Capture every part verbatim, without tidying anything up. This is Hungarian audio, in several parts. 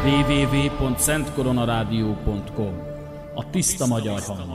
double-u double-u double-u pont szent korona rádió pont com. A tiszta magyar hang.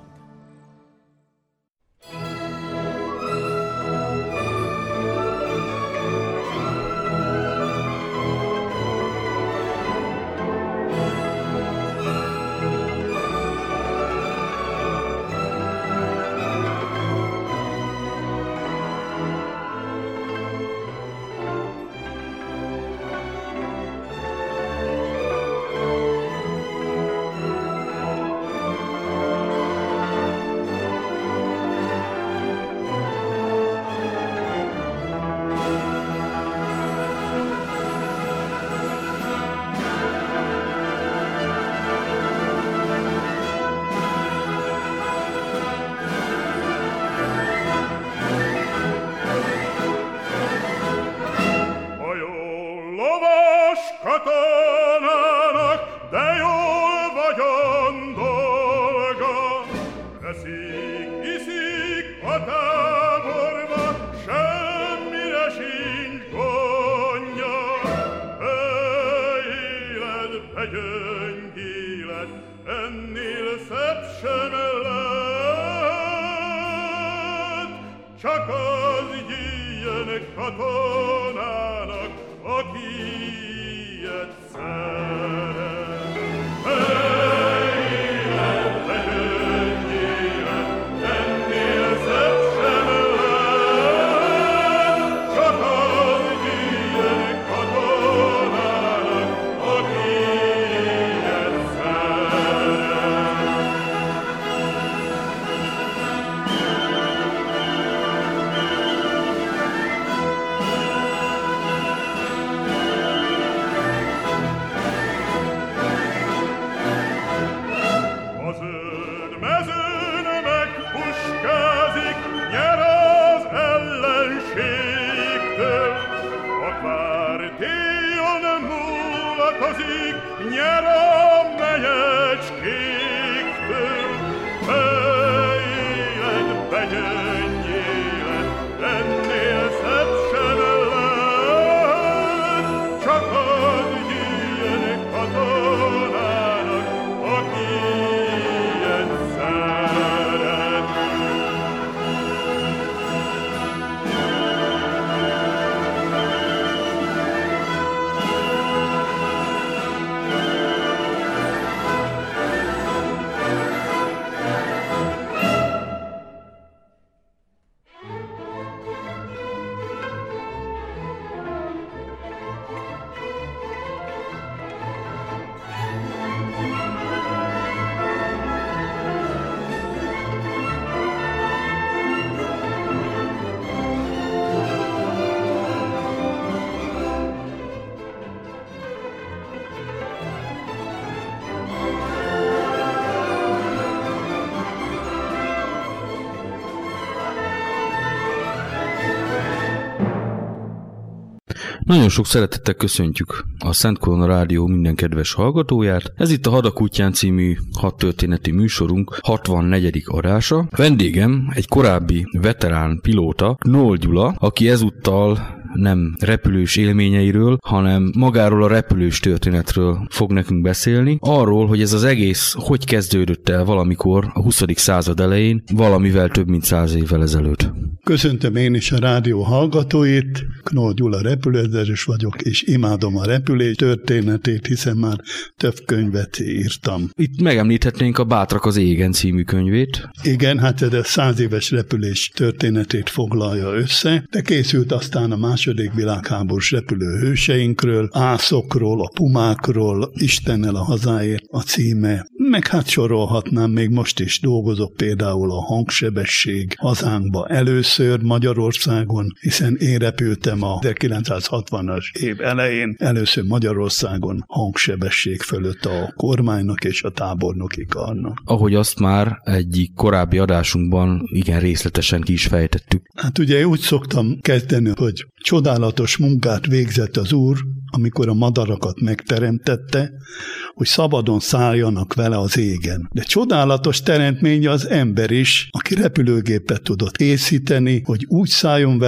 Nagyon sok szeretettel köszöntjük a Szent Korona Rádió minden kedves hallgatóját. Ez itt a Hadak útján című hadtörténeti műsorunk hatvannegyedik adása. Vendégem egy korábbi veterán pilóta, Knoll Gyula, aki ezúttal nem repülős élményeiről, hanem magáról a repülős történetről fog nekünk beszélni. Arról, hogy ez az egész hogy kezdődött el valamikor a huszadik század elején, valamivel több mint száz évvel ezelőtt. Köszöntöm én is a rádió hallgatóit, Knoll Gyula repülőezredes vagyok, és imádom a repülés történetét, hiszen már több könyvet írtam. Itt megemlíthetnénk a Bátrak az égen című könyvét. Igen, hát ez a száz éves repülés történetét foglalja össze, de készült aztán a második világháborús repülőhőseinkről, ászokról, a pumákról, Istennel a hazáért a címe, meg hát sorolhatnám, még most is dolgozok például a hangsebesség hazánkba először Magyarországon, hiszen én repültem a ezerkilencszázhatvanas év elején, először Magyarországon hangsebesség fölött a kormánynak és a tábornoki karnak. Ahogy azt már egyik korábbi adásunkban igen részletesen ki is fejtettük. Hát ugye úgy szoktam kezdeni, hogy csodálatos munkát végzett az Úr, amikor a madarakat megteremtette, hogy szabadon szálljanak vele az égen. De csodálatos teremtmény az ember is, aki repülőgépet tudott készíteni, hogy úgy szálljon vele,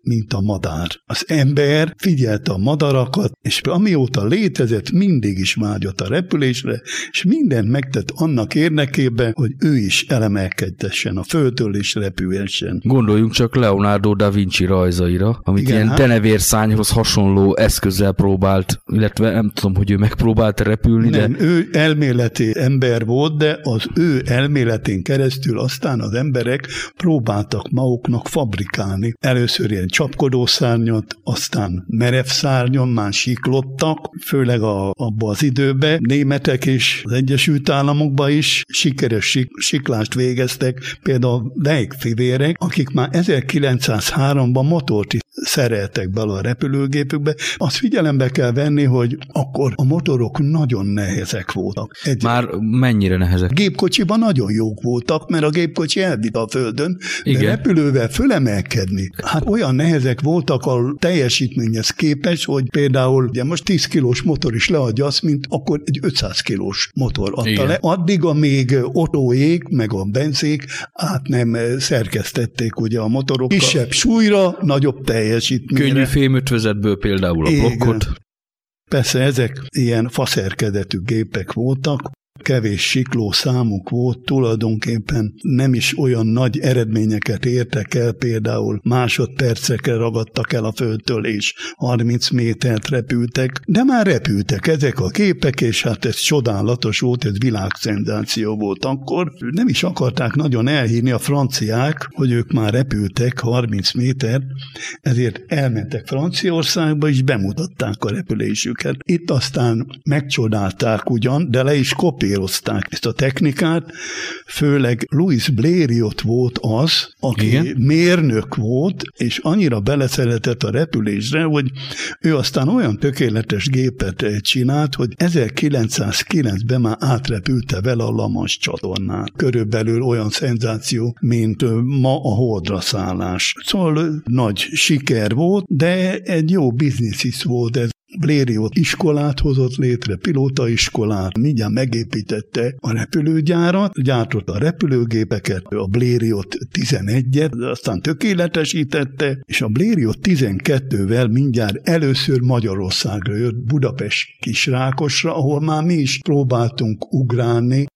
mint a madár. Az ember figyelte a madarakat, és amióta létezett, mindig is vágyott a repülésre, és mindent megtett annak érdekében, hogy ő is elemelkedhessen a földtől és repülhessen. Gondoljunk csak Leonardo da Vinci rajzaira, amit igen, ilyen hát... denevérszányhoz hasonló eszközzel próbált, illetve nem tudom, hogy ő megpróbált repülni, nem, de... ő elméleti ember volt, de az ő elméletén keresztül aztán az emberek próbáltak maguknak fabrikálni. Először ilyen csapkodószárnyat, aztán merevszárnyon már siklottak, főleg a, abban az időben. Németek és az Egyesült Államokban is sikeres sik, siklást végeztek, például Weig-fivérek, akik már ezerkilencszázháromban motort is szereltek bele a repülőgépükbe. Azt figyelembe kell venni, hogy akkor a motorok nagyon nehezek voltak. Egy Már mennyire nehezek? Gépkocsiban nagyon jók voltak, mert a gépkocsi elvitt a földön, igen, de repülővel fölemelkedni. Hát olyan nehezek voltak a teljesítményhez képest, hogy például ugye most tíz kilós motor is leadja azt, mint akkor egy ötszáz kilós motor adta igen. le. Addig, amíg Ottóék, meg a Benzék át nem szerkesztették ugye a motorokkal. Kisebb súlyra, nagyobb teljesítményre. Könnyű fémötvözetből például a blokkot. Persze ezek ilyen faszerkedetű gépek voltak, kevés sikló számuk volt, tulajdonképpen nem is olyan nagy eredményeket értek el, például másodpercekre ragadtak el a földtől, és harminc métert repültek, de már repültek ezek a gépek, és hát ez csodálatos volt, ez világszenzáció volt akkor. Nem is akarták nagyon elhinni a franciák, hogy ők már repültek harminc méter, ezért elmentek Franciaországba, és bemutatták a repülésüket. Itt aztán megcsodálták ugyan, de le is kopírozták ezt a technikát, főleg Louis Blériot volt az, aki igen? mérnök volt, és annyira beleszeretett a repülésre, hogy ő aztán olyan tökéletes gépet csinált, hogy ezerkilencszázkilencben már átrepülte vele a La Manche csatornát. Körülbelül olyan szenzáció, mint ma a holdra szállás. Szóval nagy siker volt, de egy jó biznisz is volt ez. Blériot iskolát hozott létre, pilótaiskolát, mindjárt megépítette a repülőgyárat, gyártott a repülőgépeket, a Blériot tizenegyet, aztán tökéletesítette, és a Blériot tizenkettővel mindjárt először Magyarországra jött, Budapest Kisrákosra, ahol már mi is próbáltunk ugrálni.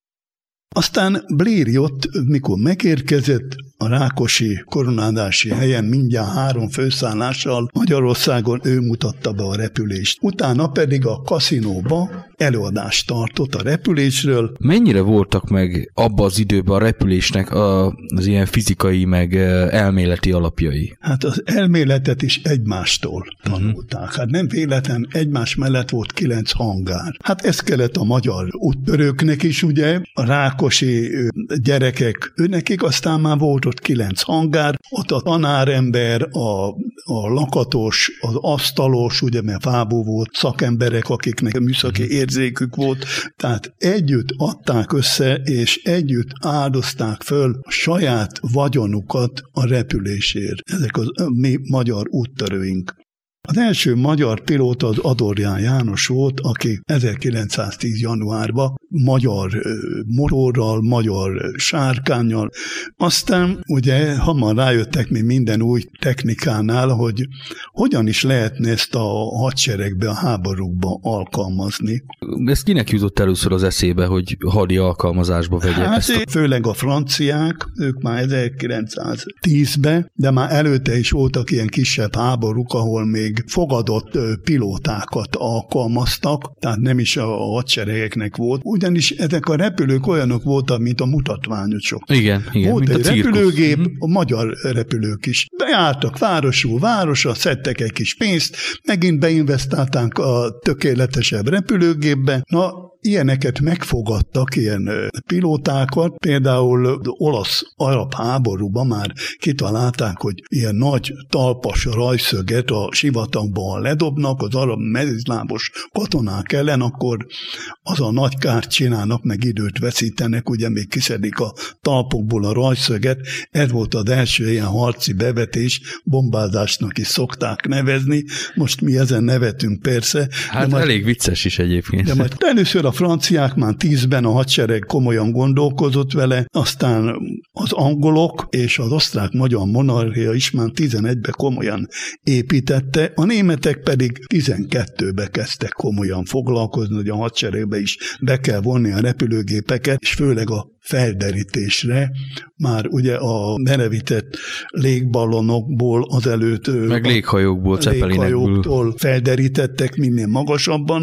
Aztán Blériot, mikor megérkezett a Rákosi koronázási helyen mindjárt három főszállással Magyarországon, ő mutatta be a repülést. Utána pedig a kaszinóba előadást tartott a repülésről. Mennyire voltak meg abban az időben a repülésnek a, az ilyen fizikai meg elméleti alapjai? Hát az elméletet is egymástól tanulták. Uh-huh. Hát nem véletlen, egymás mellett volt kilenc hangár. Hát ez kellett a magyar úttörőknek is, ugye, a rákosi gyerekek, őnekik aztán már volt ott kilenc hangár, ott a tanárember, a, a lakatos, az asztalos, ugye, mert fából volt, szakemberek, akiknek műszaki érzékük volt, tehát együtt adták össze, és együtt áldozták föl a saját vagyonukat a repülésért. Ezek az mi magyar úttörőink. Az első magyar pilóta az Adorján János volt, aki ezerkilencszáztíz januárban magyar motorral, magyar sárkánnyal. Aztán ugye hamar rájöttek még minden új technikánál, hogy hogyan is lehetne ezt a hadseregbe, a háborúkba alkalmazni. Ez kinek jutott először az eszébe, hogy hadi alkalmazásba vegye hát ezt? A... Főleg a franciák, ők már ezerkilencszáztízben, de már előtte is voltak ilyen kisebb háborúk, ahol még fogadott pilótákat alkalmaztak, tehát nem is a hadseregeknek volt, ugyanis ezek a repülők olyanok voltak, mint a mutatványosok. Igen, igen, volt mint egy a repülőgép, a magyar repülők is. Bejártak városról városra, szedtek egy kis pénzt, megint beinvestálták a tökéletesebb repülőgépbe. Na, ilyeneket megfogadtak, ilyen pilótákat, például olasz-arab háborúban már kitalálták, hogy ilyen nagy talpas rajszöget a sivatagban ledobnak az arab mezitlábos katonák ellen, akkor az a nagy kárt csinálnak, meg időt veszítenek, ugye még kiszedik a talpokból a rajszöget. Ez volt az első ilyen harci bevetés, bombázásnak is szokták nevezni. Most mi ezen nevetünk persze. Hát majd, elég vicces is egyébként. De majd először a a franciák már tízben a hadsereg komolyan gondolkozott vele, aztán az angolok és az osztrák-magyar monarchia is már tizenegyben komolyan építette, a németek pedig tizenkettőbe kezdtek komolyan foglalkozni, hogy a hadseregbe is be kell vonni a repülőgépeket, és főleg a felderítésre, már ugye a merevített légballonokból azelőtt meg léghajókból, léghajóktól felderítettek minél magasabban,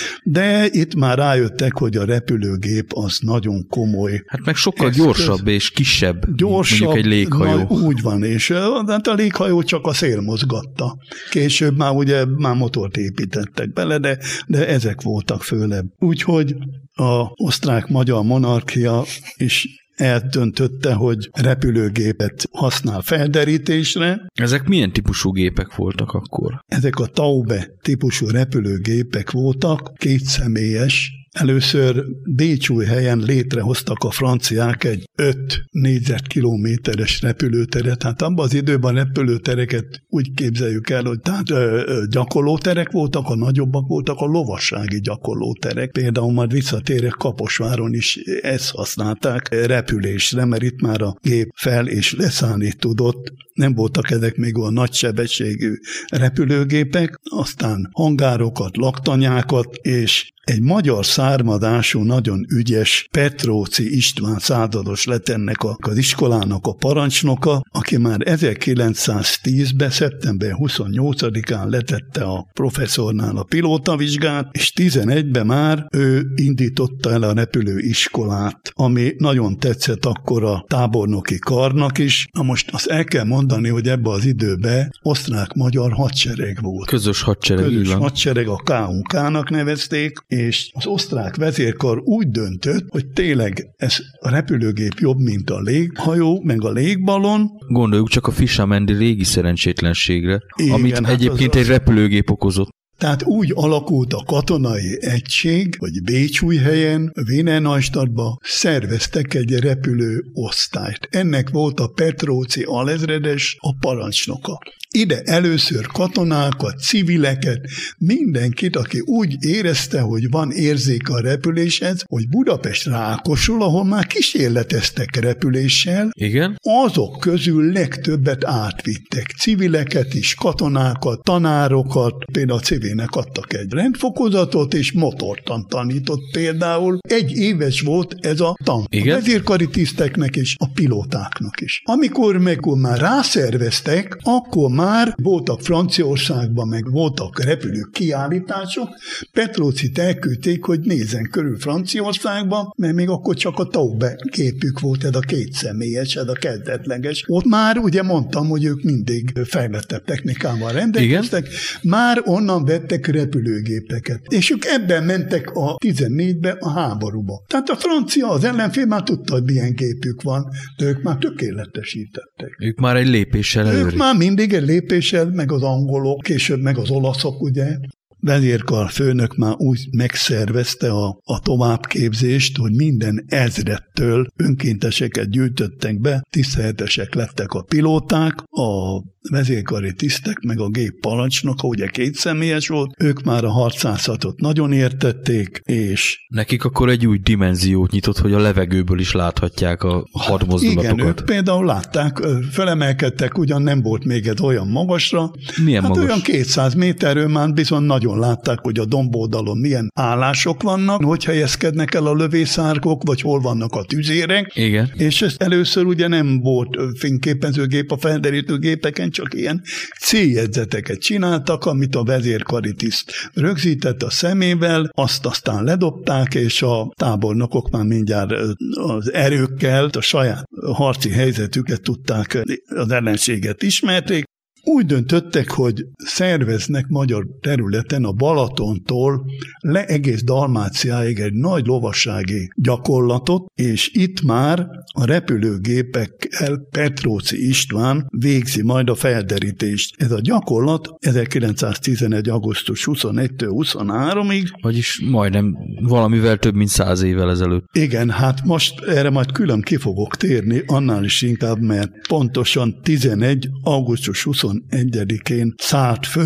de itt már rájöttek, hogy a repülőgép az nagyon komoly. Hát meg sokkal eszköz. Gyorsabb és kisebb, gyorsabb, mondjuk egy léghajó. Na, úgy van, és hát a léghajó csak a szél mozgatta. Később már ugye már motort építettek bele, de, de ezek voltak főleg. Úgyhogy a osztrák-magyar monarchia is eldöntötte, hogy repülőgépet használ felderítésre. Ezek milyen típusú gépek voltak akkor? Ezek a Taube típusú repülőgépek voltak, kétszemélyes. Először Bécsújhelyen létrehoztak a franciák egy öt négyzetkilométeres repülőteret. Hát abban az időben repülőtereket úgy képzeljük el, hogy tehát ö, ö, gyakorlóterek voltak, a nagyobbak voltak a lovassági gyakorlóterek. Például majd visszatérek, Kaposváron is ezt használták repülésre, mert itt már a gép fel- és leszállni tudott. Nem voltak ezek még olyan nagysebességű repülőgépek, aztán hangárokat, laktanyákat, és egy magyar származású, nagyon ügyes Petróczy István százados lett ennek a, az iskolának a parancsnoka, aki már ezerkilencszáztízben. szeptember huszonnyolcadikán letette a professzornál a pilótavizsgát, és tizenegyben már ő indította el a repülőiskolát, ami nagyon tetszett akkor a tábornoki karnak is. Na most azt el kell mondani, hogy ebbe az időben osztrák-magyar hadsereg volt. Közös hadsereg. Közös hadsereg, a ká u ká-nak nevezték, és az osztrák vezérkar úgy döntött, hogy tényleg ez a repülőgép jobb, mint a léghajó, meg a légballon. Gondoljuk csak a Fischermandi régi szerencsétlenségre, igen, amit hát egyébként az egy repülőgép okozott. Tehát úgy alakult a katonai egység, hogy Bécsújhelyen, Wiener Neustadtban szerveztek egy repülő osztályt. Ennek volt a Petróczy alezredes a parancsnoka. Ide először katonákat, civileket, mindenkit, aki úgy érezte, hogy van érzéke a repüléshez, hogy Budapest Rákosul, ahol már kísérleteztek repüléssel, igen, azok közül legtöbbet átvittek. Civileket is, katonákat, tanárokat, például a civilnek adtak egy rendfokozatot, és motortant tanított például. Egy éves volt ez a tan. Igen? A vezérkari tiszteknek és a pilótáknak is. Amikor meg már rászerveztek, akkor már Már voltak Franciaországban, meg voltak repülő kiállítások, Petrócyt elküldték, hogy nézzen körül Franciaországban, mert még akkor csak a Taube képük volt, ez a kétszemélyes, ez a kezdetleges. Ott már ugye mondtam, hogy ők mindig fejlettebb technikával rendelkeztek, igen, már onnan vettek repülőgépeket. És ők ebben mentek a tizennégybe a háborúba. Tehát a francia, az ellenfél már tudta, hogy milyen gépük van, de ők már tökéletesítettek. Ők már egy lépéssel előre. Ők már mindig egy lépéssel, meg az angolok, később meg az olaszok, ugye. Vezérkar főnök már úgy megszervezte a, a továbbképzést, hogy minden ezrettől önkénteseket gyűjtöttek be, tiszteletesek lettek a pilóták, a vezérkari tisztek, meg a gép parancsnoka, ugye kétszemélyes volt, ők már a harcászatot nagyon értették, és... Nekik akkor egy új dimenziót nyitott, hogy a levegőből is láthatják a hadmozdulatokat. Igen, ők például látták, felemelkedtek, ugyan nem volt még ez olyan magasra. Milyen hát magas? Olyan kétszáz méterről már bizony nagyon látták, hogy a domboldalon milyen állások vannak, hogy helyezkednek el a lövészárkok, vagy hol vannak a tüzérek. Igen. És ez először ugye nem volt fényképezőgép a felderítő gépeken, csak ilyen céljegyzeteket csináltak, amit a vezérkari tiszt rögzített a szemével, azt aztán ledobták, és a tábornokok már mindjárt az erőkkel, a saját harci helyzetüket tudták, az ellenséget ismerték. Úgy döntöttek, hogy szerveznek magyar területen a Balatontól le egész Dalmáciáig egy nagy lovassági gyakorlatot, és itt már a repülőgépekkel Petróczy István végzi majd a felderítést. Ez a gyakorlat ezerkilencszáztizenegy. augusztus huszonegyedikétől huszonháromig. Vagyis majdnem valamivel több, mint száz évvel ezelőtt. Igen, hát most erre majd külön ki fogok térni, annál is inkább, mert pontosan tizenegy. augusztus huszonegyedikén szállt föl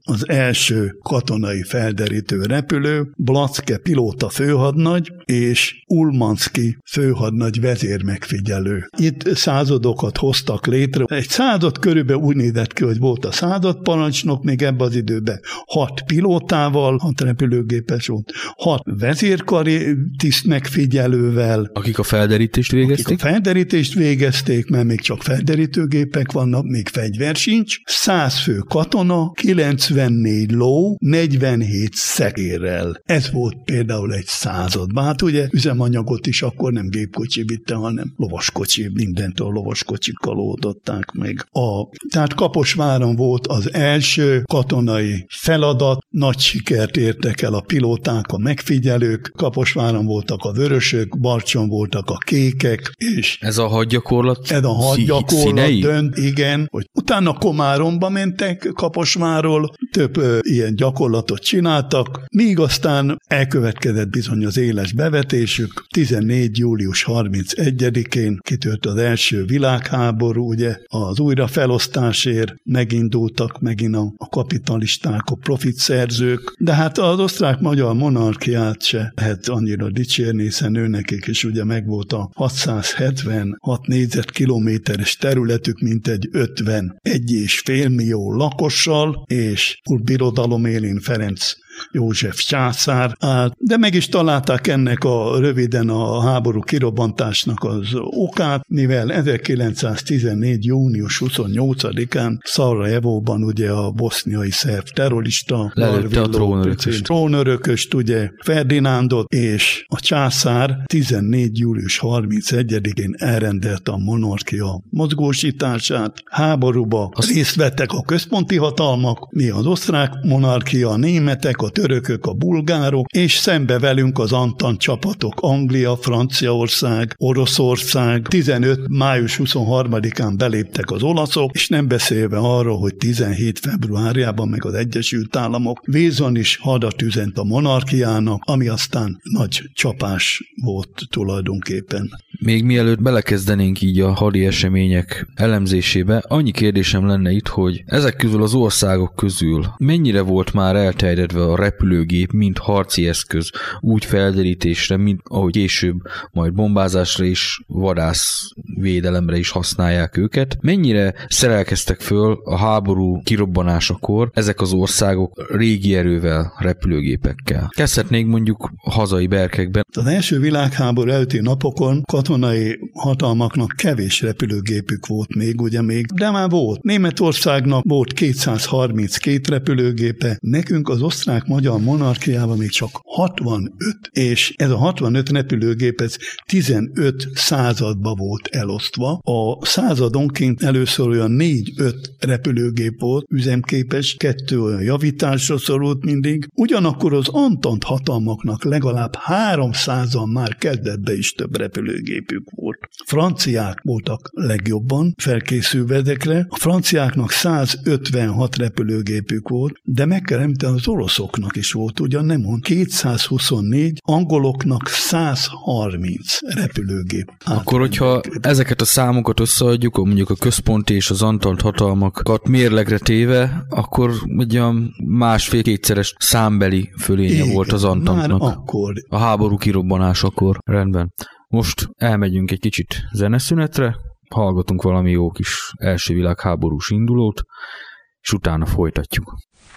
az első katonai felderítő repülő, Blacke pilóta főhadnagy és Ulmanszky főhadnagy vezérmegfigyelő. Itt századokat hoztak létre. Egy század körülbelül úgy nézett ki, hogy volt a századparancsnok, még ebben az időben hat pilótával, hat repülőgépes volt, hat vezérkari tiszt megfigyelővel. Akik a felderítést végezték? Akik a felderítést végezték, mert még csak felderítőgépek vannak, még fegyver sincs. száz fő katona, kilencvennégy ló, negyvenhét szekérrel. Ez volt például egy században. Hát ugye üzemanyagot is akkor nem gépkocsi vitte, hanem lovaskocsi, mindentől lovaskocsikkal oldották meg. A, tehát Kaposváron volt az első katonai feladat, nagy sikert értek el a pilóták, a megfigyelők, Kaposváron voltak a vörösök, Barcson voltak a kékek, és ez a hadgyakorlat ez a hadgyakorlat dönt, igen, hogy utána Komáromba mentek Kaposvárról, több ö, ilyen gyakorlatot csináltak, míg aztán elkövetkezett bizony az éles bevetésük. tizennégy július harmincegyedikén kitört az első világháború, ugye az újrafelosztásért megindultak megint a, a kapitalisták, a profitszerzők, de hát az osztrák-magyar monarchiát se lehet annyira dicsérni, hiszen őnekik is ugye megvolt a hatszázhetvenhat négyzetkilométeres területük, mint egy ötvenegy és fél millió lakossal, és birodalom élén Ferenc József császár állt, de meg is találták ennek a röviden a háború kirobbantásnak az okát, mivel ezerkilencszáztizennégy június huszonnyolcadikán Szarajevóban ugye a boszniai szerb terrorista lelőtte a trónörököst. trónörököst, ugye Ferdinándot, és a császár tizennégy július harmincegyedikén elrendelte a monarchia mozgósítását. Háborúba Azt... részt vettek a központi hatalmak, mi az osztrák monarchia, a németek, a törökök, a bulgárok, és szembe velünk az Antant csapatok, Anglia, Franciaország, Oroszország. tizenöt május huszonharmadikán beléptek az olaszok, és nem beszélve arról, hogy tizenhét februárjában meg az Egyesült Államok vézon is hadat üzent a monarchiának, ami aztán nagy csapás volt tulajdonképpen. Még mielőtt belekezdenénk így a hadi események elemzésébe, annyi kérdésem lenne itt, hogy ezek közül az országok közül mennyire volt már elterjedve a repülőgép, mint harci eszköz, úgy felderítésre, mint ahogy később majd bombázásra és vadászvédelemre is használják őket. Mennyire szerelkeztek föl a háború kirobbanásakor ezek az országok régi erővel, repülőgépekkel? Kezdhetnénk mondjuk a hazai berkekben. Az első világháború előtti napokon katonai hatalmaknak kevés repülőgépük volt még, ugye még, de már volt. Németországnak volt kétszázharminckét repülőgépe, nekünk az osztrák-magyar monarchiában még csak hatvanöt, és ez a hatvanöt repülőgép ez tizenöt századba volt elosztva. A századonként először olyan négy-öt repülőgép volt üzemképes, kettő olyan javításra szorult mindig. Ugyanakkor az Antant hatalmaknak legalább háromszázan már kezdett be is több repülőgépük volt. Franciák voltak legjobban felkészülve ezekre. A franciáknak százötvenhat repülőgépük volt, de meg kell említeni, az oroszoknak is volt, ugyan nem mond, kétszázhuszonnégy, angoloknak százharminc repülőgép. Akkor, hogyha ezeket a számokat összeadjuk, mondjuk a központi és az Antant hatalmakat mérlegre téve, akkor ugye másfél-kétszeres számbeli fölénye igen, volt az Antantnak. Már akkor. A háború kirobbanásakor. Rendben. Most elmegyünk egy kicsit zeneszünetre, hallgatunk valami jó kis első világháborús indulót, és utána folytatjuk.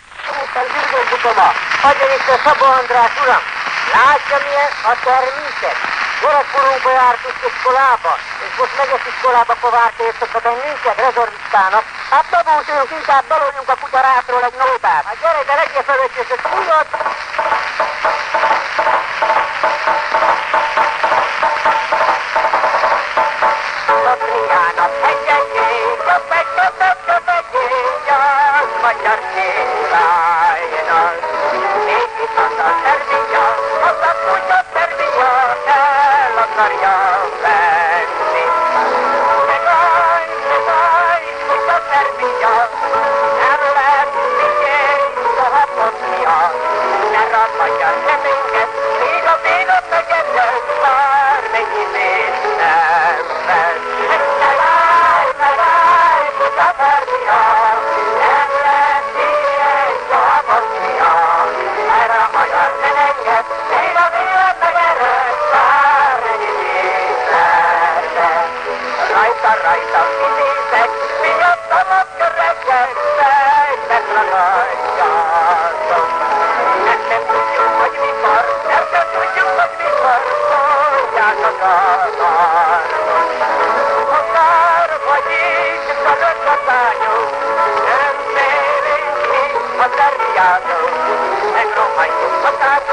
Adja vissza Szabó András, uram! Látja, milyen a terméket? Gyerekkorunkba jártunk iskolába, és most megyek iskolába kovártértöket egy minket rezorvistának. Hát tabuljunk, inkább daloljunk a kutyarátról egy nótát. Hát gyere, de legyél fölöttés, hogy tudod! Katriának egyegyék, köpeg, köpeg, köpegyék, jaj, magyar királynak. A Szerbia, az a kutya Szerbia, el akarja venni. Segaj, segaj, kutya Szerbia, nem lehet figyelj, soha Bosnia, ne ragadja szemünket,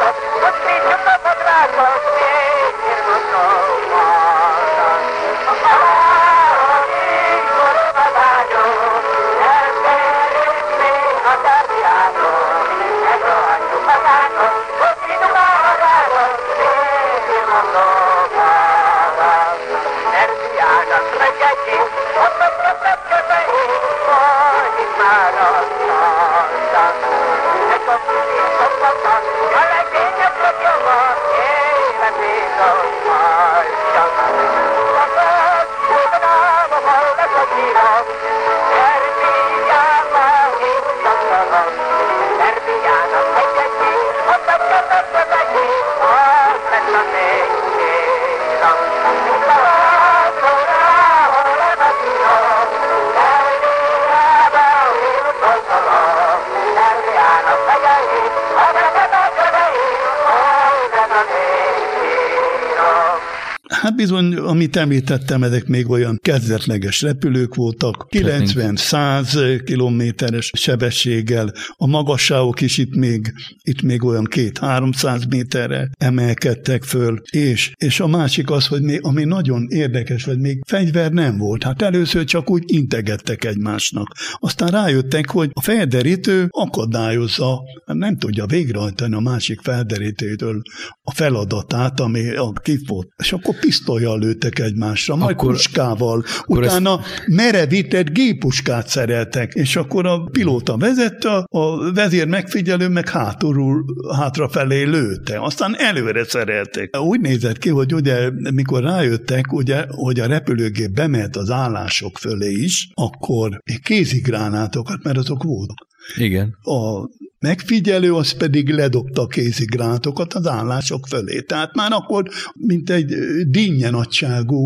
Hát bizony, amit említettem, ezek még olyan kezdetleges repülők voltak, kilencven-száz kilométeres sebességgel, a magasságok is itt még, itt még olyan két-háromszáz méterre emelkedtek föl, és, és a másik az, hogy még, ami nagyon érdekes, hogy még fegyver nem volt. Hát először csak úgy integettek egymásnak. Aztán rájöttek, hogy a felderítő akadályozza, nem tudja végrehajtani a másik felderítőtől a feladatát, ami a kif volt. És akkor pisztollyal lőttek egymásra, majd akkor, puskával, akkor utána ezt... merevített géppuskát szereltek, és akkor a pilóta vezette, a vezér megfigyelő meg hátulról, hátrafelé lőtte, aztán előre szereltek. Úgy nézett ki, hogy ugye, mikor rájöttek, ugye, hogy a repülőgép bement az állások fölé is, akkor kézigránátokat, mert azok voltak. Igen. A megfigyelő az pedig ledobta a kézigránátokat az állások fölé. Tehát már akkor, mint egy dinnye nagyságú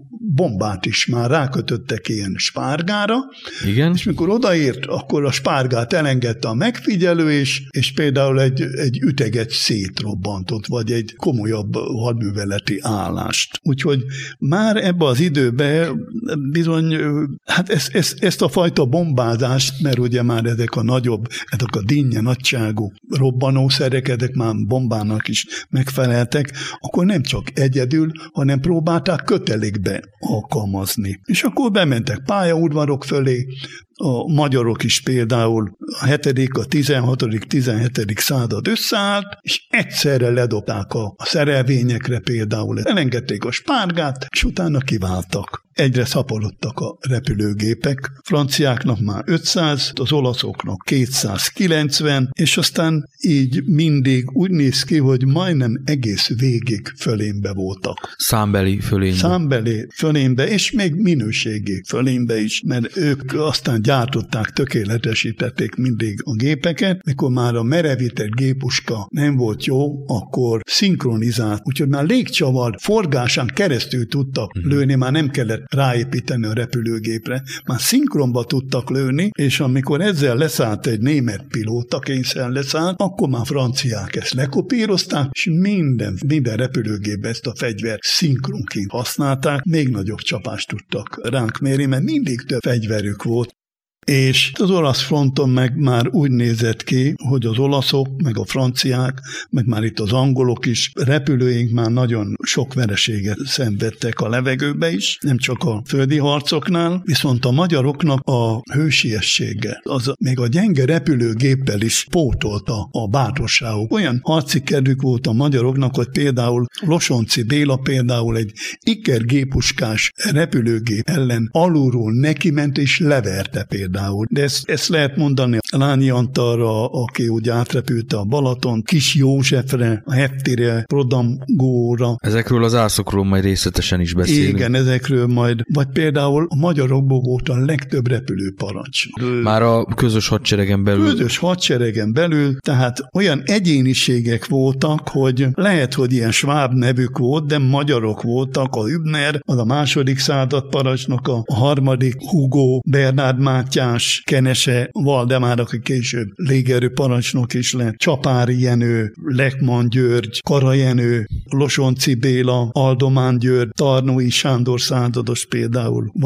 bombát is már rákötöttek ilyen spárgára, igen. És mikor odaért, akkor a spárgát elengedte a megfigyelő, és, és például egy, egy üteget szétrobbantott, vagy egy komolyabb hadműveleti állást. Úgyhogy már ebbe az időben bizony, hát ezt, ezt, ezt a fajta bombázást, mert ugye már ezek a nagyobb, ezek a dinnye nagyságú robbanószerek, ezek már bombának is megfeleltek, akkor nem csak egyedül, hanem próbálták kötelékbe alkalmazni. És akkor bementek pályaudvarok fölé, a magyarok is például a hetedik, a tizenhatodik, tizenhetedik század összeállt, és egyszerre ledobták a, a szerelvényekre például, elengedték a spárgát, és utána kiváltak. Egyre szaporodtak a repülőgépek, franciáknak már ötszáz, az olaszoknak kétszázkilencven, és aztán így mindig úgy néz ki, hogy majdnem egész végig fölénbe voltak. Számbeli fölénbe. Számbeli fölénbe, és még minőségi fölénbe is, mert ők aztán gyártották, tökéletesítették mindig a gépeket, mikor már a merevített géppuska nem volt jó, akkor szinkronizált, úgyhogy már légcsavar forgásán keresztül tudtak hmm. lőni, már nem kellett ráépíteni a repülőgépre, már szinkronba tudtak lőni, és amikor ezzel leszállt egy német pilóta, kényszer leszállt, akkor már franciák ezt lekopírozták, és minden, minden repülőgépben ezt a fegyvert szinkronként használták, még nagyobb csapást tudtak ránk mérni, mert mindig több fegyverük volt. És az olasz fronton meg már úgy nézett ki, hogy az olaszok, meg a franciák, meg már itt az angolok is, repülőink már nagyon sok vereséget szenvedtek a levegőbe is, nem csak a földi harcoknál, viszont a magyaroknak a hősiessége, az még a gyenge repülőgéppel is pótolta a bátorságuk. Olyan harci kedvük volt a magyaroknak, hogy például Losonczy Béla például egy Iker géppuskás repülőgép ellen alulról nekiment és leverte például. De ezt, ezt lehet mondani Lányi Antalra, aki úgy átrepülte a Balaton, Kis Józsefre, a Heftire, Prodamgóra. Ezekről az ászokról majd részletesen is beszélünk. Igen, ezekről majd, vagy például a magyarokból volt a legtöbb repülőparancs. Már a közös hadseregen belül. Közös hadseregen belül, tehát olyan egyéniségek voltak, hogy lehet, hogy ilyen sváb nevük volt, de magyarok voltak, a Hübner, az a második század parancsnok, a harmadik Hugo, Bernard Mátyás, Kenese, Valdemár, aki később légerő parancsnok is lett, Csapári Jenő, Lekman György, Kara Jenő, Losonczy Béla, Aldomán György, Tarnói Sándor százados például, vagy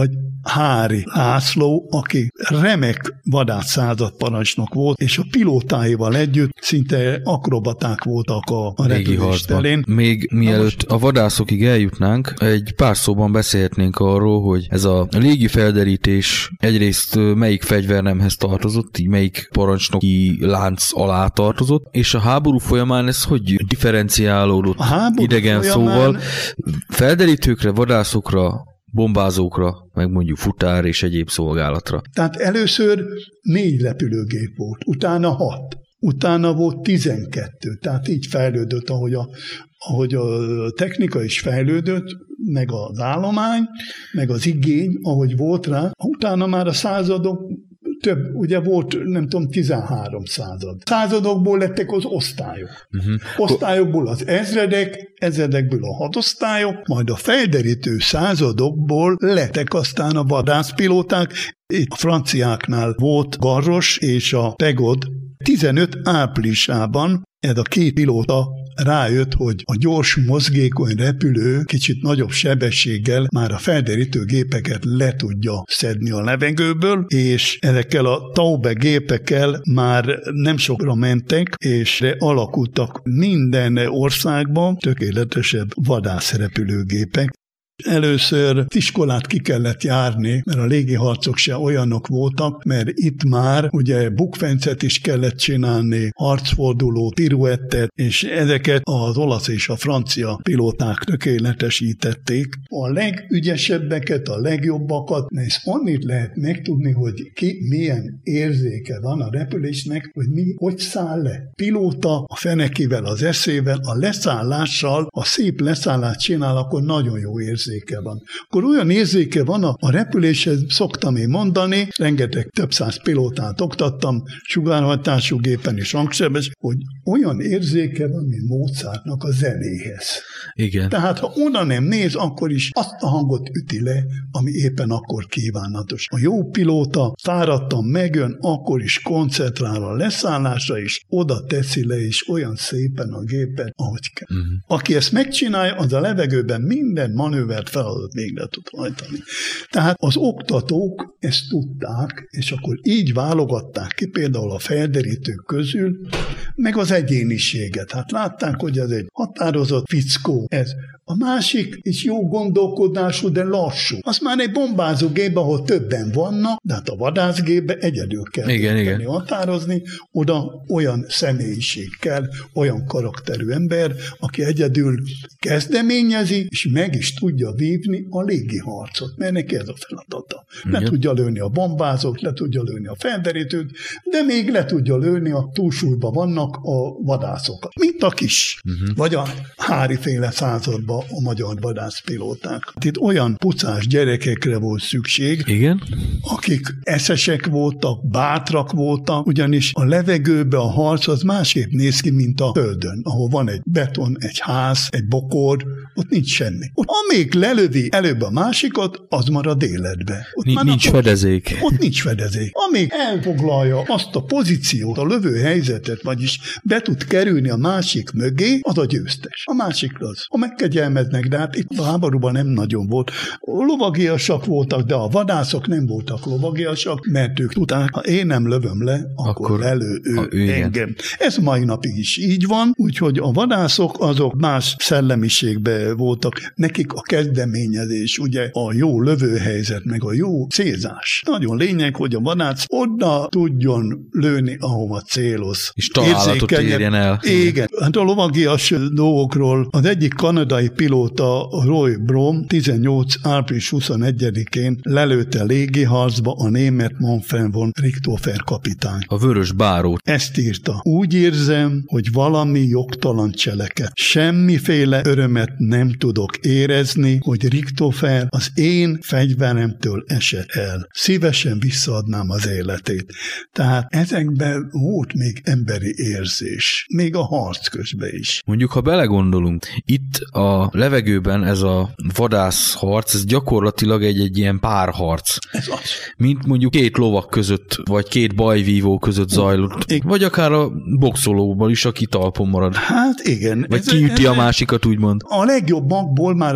Hári László, aki remek vadászszázadparancsnok volt, és a pilótáival együtt szinte akrobaták voltak a, a repülés terén. Még mielőtt a vadászokig eljutnánk, egy pár szóban beszélhetnénk arról, hogy ez a légi felderítés egyrészt melyik fegyvernemhez tartozott, így melyik parancsnoki lánc alá tartozott, és a háború folyamán ez hogy differenciálódott idegen folyamán... szóval felderítőkre, vadászokra, bombázókra, meg mondjuk futár és egyéb szolgálatra. Tehát először négy repülőgép volt, utána hat, utána volt tizenkettő, tehát így fejlődött, ahogy a, ahogy a technika is fejlődött, meg az állomány, meg az igény, ahogy volt rá, utána már a századok több, ugye volt, nem tudom, tizenhárom század. Századokból lettek az osztályok. Uh-huh. Osztályokból az ezredek, ezredekből a hadosztályok, majd a felderítő századokból lettek aztán a vadászpilóták. Itt a franciáknál volt Garros és a Pegod. tizenöt áprilisában ez a két pilóta rájött, hogy a gyors, mozgékony repülő kicsit nagyobb sebességgel már a felderítő gépeket le tudja szedni a levegőből, és ezekkel a Taube gépekkel már nem sokra mentek, és alakultak minden országban tökéletesebb vadászrepülőgépek. Először iskolát ki kellett járni, mert a légiharcok se olyanok voltak, mert itt már ugye bukfencet is kellett csinálni, harcfordulót, piruettet, és ezeket az olasz és a francia pilóták tökéletesítették. A legügyesebbeket, a legjobbakat, mert ezt annyit lehet megtudni, hogy ki milyen érzéke van a repülésnek, hogy mi hogy száll le. Pilóta a fenekével, az eszével, a leszállással, a szép leszállást csinál, akkor nagyon jó érzéke van. Akkor olyan érzéke van a, a repüléshez, szoktam én mondani, rengeteg több száz pilótát oktattam, sugárhatású gépen és hangsebes, hogy olyan érzéke van, mint Mozartnak a zenéhez. Igen. Tehát ha oda nem néz, akkor is azt a hangot üti le, ami éppen akkor kívánatos. A jó pilóta fáradtan megjön, akkor is koncentrál a leszállásra, és oda teszi le is olyan szépen a gépet, ahogy kell. Uh-huh. Aki ezt megcsinálja, az a levegőben minden manővert feladatot végre tud hajtani. Tehát az oktatók ezt tudták, és akkor így válogatták ki például a felderítők közül, meg az egyéniséget. Hát látták, hogy ez egy határozott fickó. Ez a másik is jó gondolkodású, de lassú. Az már egy bombázógép, ahol többen vannak, de hát a vadászgépbe egyedül kell igen, igen. határozni, oda olyan személyiség kell, olyan karakterű ember, aki egyedül kezdeményezi, és meg is tudja vívni a légiharcot, mert neki ez a feladata. Le igen. tudja lőni a bombázót, le tudja lőni a felderítőt, de még le tudja lőni a túlsúlyban vannak a vadászokat. Mint a kis, uh-huh. vagy a háriféle században a magyar vadászpilóták. Itt olyan pucás gyerekekre volt szükség, igen? akik eszesek voltak, bátrak voltak, ugyanis a levegőbe a harc az másképp néz ki, mint a földön, ahol van egy beton, egy ház, egy bokor, ott nincs semmi. Ott amíg lelövi előbb a másikat, az marad életbe. Ott Nincs, nincs akkor, fedezék. Ott nincs fedezék. Amíg elfoglalja azt a pozíciót, a lövő helyzetet, vagyis be tud kerülni a másik mögé, az a győztes. A másik az. Ha megkegyelmeznek, de hát itt a háborúban nem nagyon volt. Lovagiasak voltak, de a vadászok nem voltak lovagiasak, mert ők tudták, ha én nem lövöm le, akkor, akkor lelő ő engem. Ez mai napig is így van, úgyhogy a vadászok azok más szellemiségben voltak. Nekik a kezdeményezés, ugye a jó lövőhelyzet, meg a jó célzás. Nagyon lényeg, hogy a vadász oda tudjon lőni, ahova céloz. És találatot érjen el. Igen. Hát a lovagias dolgokról az egyik kanadai pilóta, Roy Brom, tizennyolc április huszonegyedikén lelőtte légiharcba a német Manfred von Richthofen kapitány. A vörös bárót. Ezt írta. Úgy érzem, hogy valami jogtalan cseleket. Semmiféle örömet nem tudok érezni, hogy Richthofen az én fegyveremtől esett el. Szívesen visszaadnám az életét. Tehát ezekben volt még emberi érzés. Még a harc közben is. Mondjuk, ha belegondolunk, itt a levegőben ez a vadászharc, ez gyakorlatilag egy, egy ilyen párharc. Ez az. Mint mondjuk két lovak között, vagy két bajvívó között zajlott. Igen. Vagy akár a boxolóban is, aki talpon marad. Hát igen. Vagy ez, kiüti ez, a másikat, úgymond. A legjobbakból már az első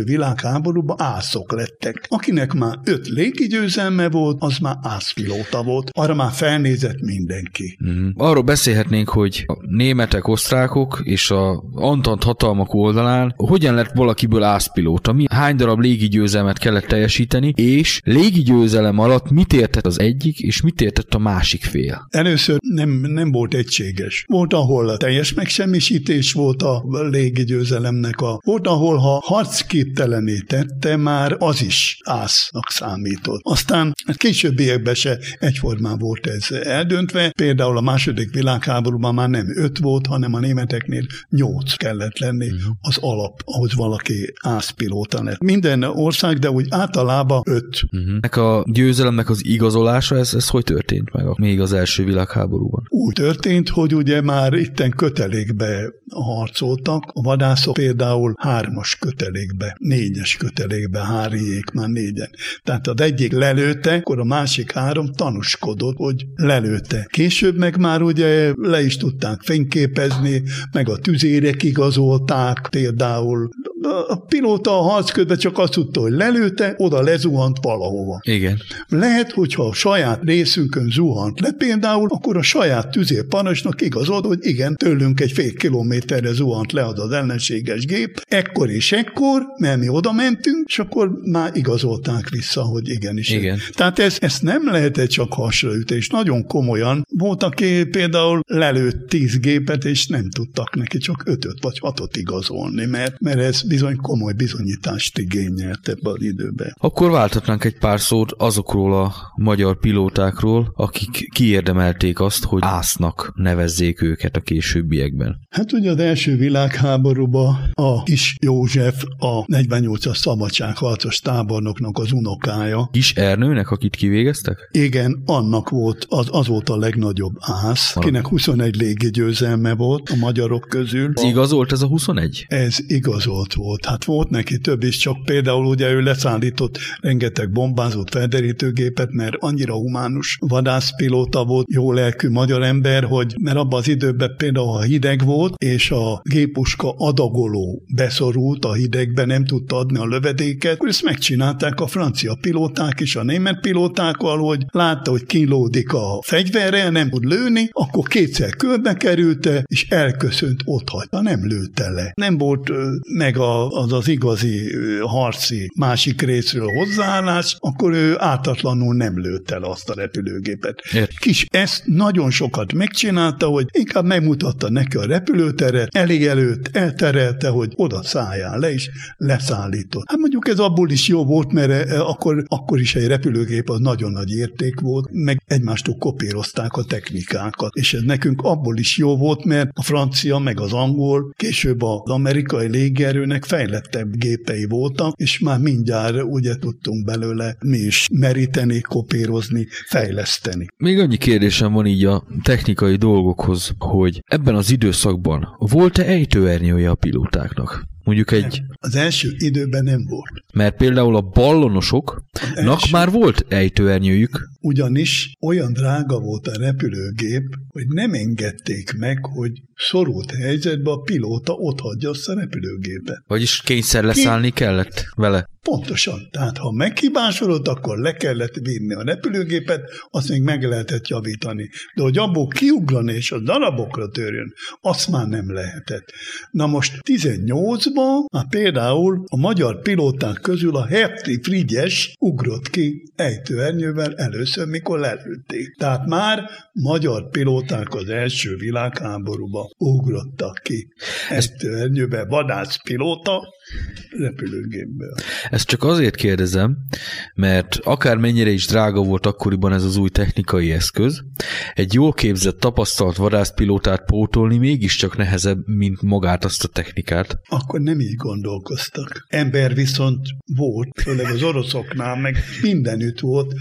világháborúban ászok lettek. Akinek már öt légigyőzelme volt, az már ászpilóta volt. Arra már felnézett mindenki. Mm. Arról beszélhetnénk, hogy a németek, osztrákok és a Antant hatalmak oldalán hogyan lett valakiből ászpilóta, mi, hány darab légigyőzelmet kellett teljesíteni, és légigyőzelem alatt mit értett az egyik, és mit értett a másik fél? Először nem, nem volt egységes. Volt, ahol a teljes megsemmisítés volt a légigyőzelemnek, a, volt, ahol ha harcképtelené tette, már az is ásznak számított. Aztán későbbiekben se egyformán volt ez eldöntve. Például a második világháborúban már nem öt volt, hanem a németeknél nyolc kellett lenni az alap, ahhoz valaki ászpilóta lett. Minden ország, de úgy általában öt. Uh-huh. A győzelemnek az igazolása, ez, ez hogy történt meg még az első világháborúban? Úgy történt, hogy ugye már itten kötelékbe harcoltak. A vadászok például hármas kötelékbe, négyes kötelékbe, háriék már négyen. Tehát az egyik lelőtte, akkor a másik három tanúskodott, hogy lelőtte. Később meg már ugye le is tudták fényképezni, meg a tüzérek igazolták például. A pilóta a harcközben csak azt tudta, hogy lelőtte, oda lezuhant valahova. Igen. Lehet, hogyha a saját részünkön zuhant le például, akkor a saját tüzérparancsnok igazolt, hogy igen, tőlünk egy fél kilométerre zuhant le az ellenséges gép, ekkor és ekkor, mert mi oda mentünk, és akkor már igazolták vissza, hogy igenis. Igen. Tehát ez, ezt nem lehetett csak hasraütés. Nagyon komolyan volt, aki például lelőtt tíz gépet, és nem tudtak neki csak ötöt vagy hatot igazolni, mert, mert ez bizony komoly bizonyítást igényelt ebben az időben. Akkor váltatnánk egy pár szót azokról a magyar pilótákról, akik kiérdemelték azt, hogy ásznak nevezzék őket a későbbiekben. Hát ugye az első világháborúban a Kis József, a negyvennyolcas szabadságharcos tábornoknak az unokája. Kis Ernőnek, akit kivégeztek? Igen, annak volt, az, az volt a legnagyobb ász, akinek huszonegy légigyőzelme volt a magyarok közül. Ez igazolt ez a huszonegy? Ez igazolt volt. Hát volt neki több is, csak például ugye ő leszállított rengeteg bombázott felderítőgépet, mert annyira humánus vadászpilóta volt, jó lelkű magyar ember, hogy mert abban az időben például a hideg volt, és a gépuska adagoló beszorult a hidegbe, nem tudta adni a lövedéket, akkor ezt megcsinálták a francia pilóták és a német pilótákkal, hogy látta, hogy kínlódik a fegyverrel, nem tud lőni, akkor kétszer körbe kerülte, és elköszönt, otthagyta, nem lőtte le. Nem volt meg az az igazi harci másik részről hozzáállás, akkor ő ártatlanul nem lőtte le azt a repülőgépet. Ért. Kis ezt nagyon sokat megcsinálta, hogy inkább megmutatta neki a repülőteret, elég előtt elterelte, hogy oda szálljál le, és leszállított. Hát mondjuk ez abból is jó volt, mert akkor, akkor is egy repülőgép az nagyon nagy érték volt, meg egymástól kopírozták a technikákat. És ez nekünk abból is jó volt, mert a francia, meg az angol, később az amerikai légierőnek fejlettebb gépei voltak, és már mindjárt ugye tudtunk belőle mi is meríteni, kopírozni, fejleszteni. Még annyi kérdésem van így a technikai dolgokhoz, hogy ebben az időszakban volt-e ejtőernyője a pilótáknak? Mondjuk egy... Az első időben nem volt. Mert például a ballonosoknak első... már volt ejtőernyőjük. Ugyanis olyan drága volt a repülőgép, hogy nem engedték meg, hogy szorult helyzetben a pilóta otthagyja azt a repülőgépet. Vagyis kényszer leszállni Ki... kellett vele. Pontosan. Tehát ha meghibásodott, akkor le kellett vinni a repülőgépet, azt még meg lehetett javítani. De hogy abból kiugrani és a darabokra törjön, azt már nem lehetett. Na most tizennyolcban már például a magyar pilóták közül a Herti Frigyes ugrott ki ejtőernyővel először, mikor lelőtték. Tehát már magyar pilóták az első világháborúban ugrottak ki ejtőernyővel, vadászpilóta repülőgépből. Ezt csak azért kérdezem, mert akármennyire is drága volt akkoriban ez az új technikai eszköz, egy jól képzett, tapasztalt vadászpilótát pótolni mégiscsak nehezebb, mint magát azt a technikát. Akkor nem így gondolkoztak. Ember viszont volt, főleg az oroszoknál, meg mindenütt volt.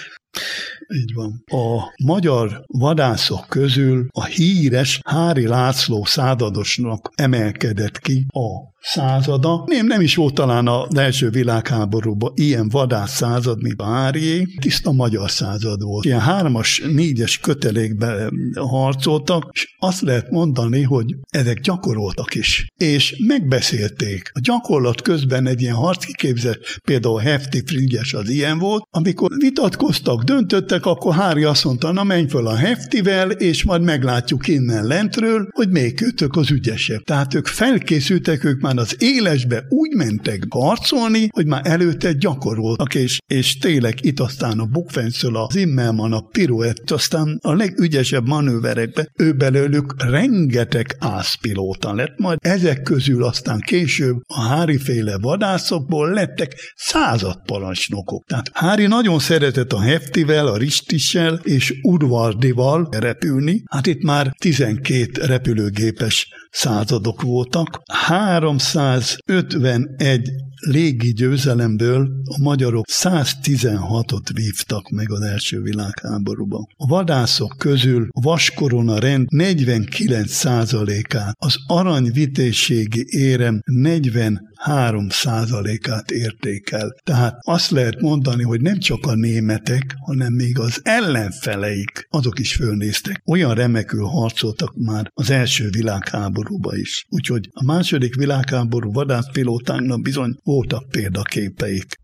Így van. A magyar vadászok közül a híres Hári László századosnak emelkedett ki a százada. Nem, nem is volt talán az első világháborúban ilyen vadász század, mint a Hárié. Tiszta magyar század volt. Ilyen hármas, négyes kötelékben harcoltak, és azt lehet mondani, hogy ezek gyakoroltak is. És megbeszélték. A gyakorlat közben egy ilyen harckiképzés, például Hefti Frigyes az ilyen volt, amikor vitatkoztak, döntöttek, akkor Hári azt mondta, na menj föl a Heftivel, és majd meglátjuk innen lentről, hogy melyik őtök az ügyesebb. Tehát ők felkészültek, ők már az élesbe úgy mentek harcolni, hogy már előtte gyakoroltak, és, és tényleg itt aztán a Bukfenszöl, az Immelmann, a Pirouett, aztán a legügyesebb manőverekben, ő belőlük rengeteg ászpilóta lett, majd ezek közül aztán később a Hári-féle vadászokból lettek századparancsnokok. Tehát Hári nagyon szeretett a Heftivel, a Ristissel és Udvardival repülni. Hát itt már tizenkét repülőgépes századok voltak. háromszázötvenegy légi győzelemből a magyarok száztizenhatot vívtak meg az első világháborúban. A vadászok közül a vaskorona rend negyvenkilenc százalékát, az aranyvitézségi érem negyvenhárom százalékát érték el. Tehát azt lehet mondani, hogy nem csak a németek, hanem még az ellenfeleik, azok is fölnéztek. Olyan remekül harcoltak már az első világháborúban is. Úgyhogy a második világháború vadászpilótáknak bizony voltak példaképeik.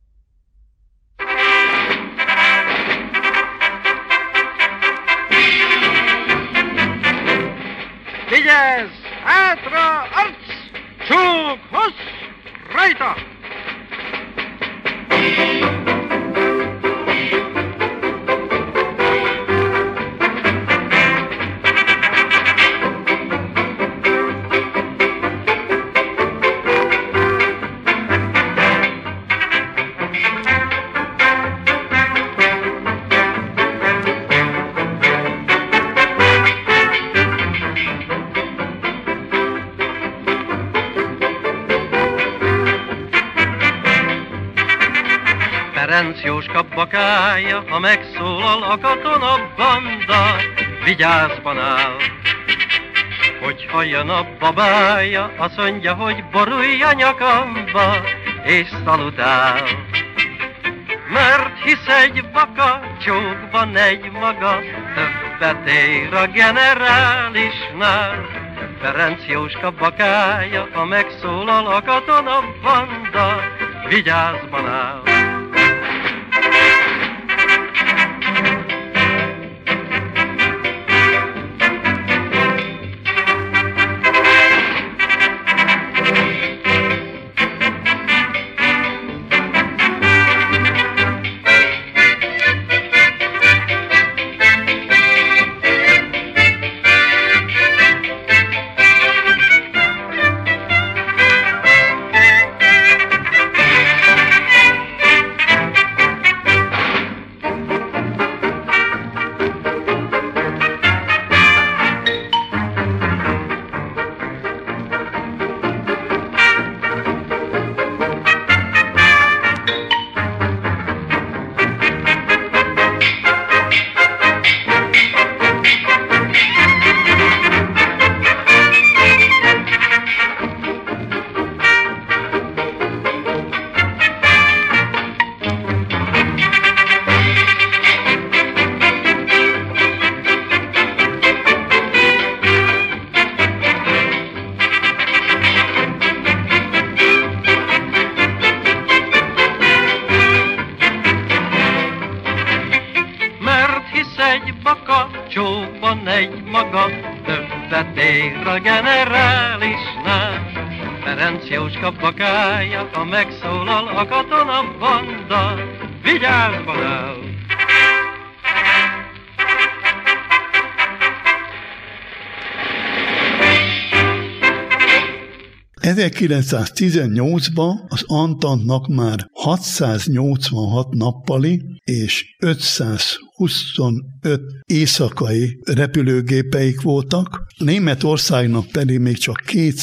Vigyázz! Hátra! Arc! Csók! Hossz! Rajta! Ferenc Jóska bakája, ha megszólal a katona banda, vigyázban áll. Hogy halljon a babája, azt mondja, hogy borulj a nyakamba, és szaludál. Mert hisz egy baka, csókban egy maga, többet ér a generálisnál. Ferenc Jóska bakája, ha megszólal a katona banda, vigyázban áll. Csókban egy maga, többet ér a generálisnál. Ferenc Jóska bakája, ha megszólal a katona banda, vigyázban áll. ezerkilencszáztizennyolcban az Antantnak már hatszáznyolcvanhat nappali és ötszáz huszonöt éjszakai repülőgépeik voltak, Németországnak pedig még csak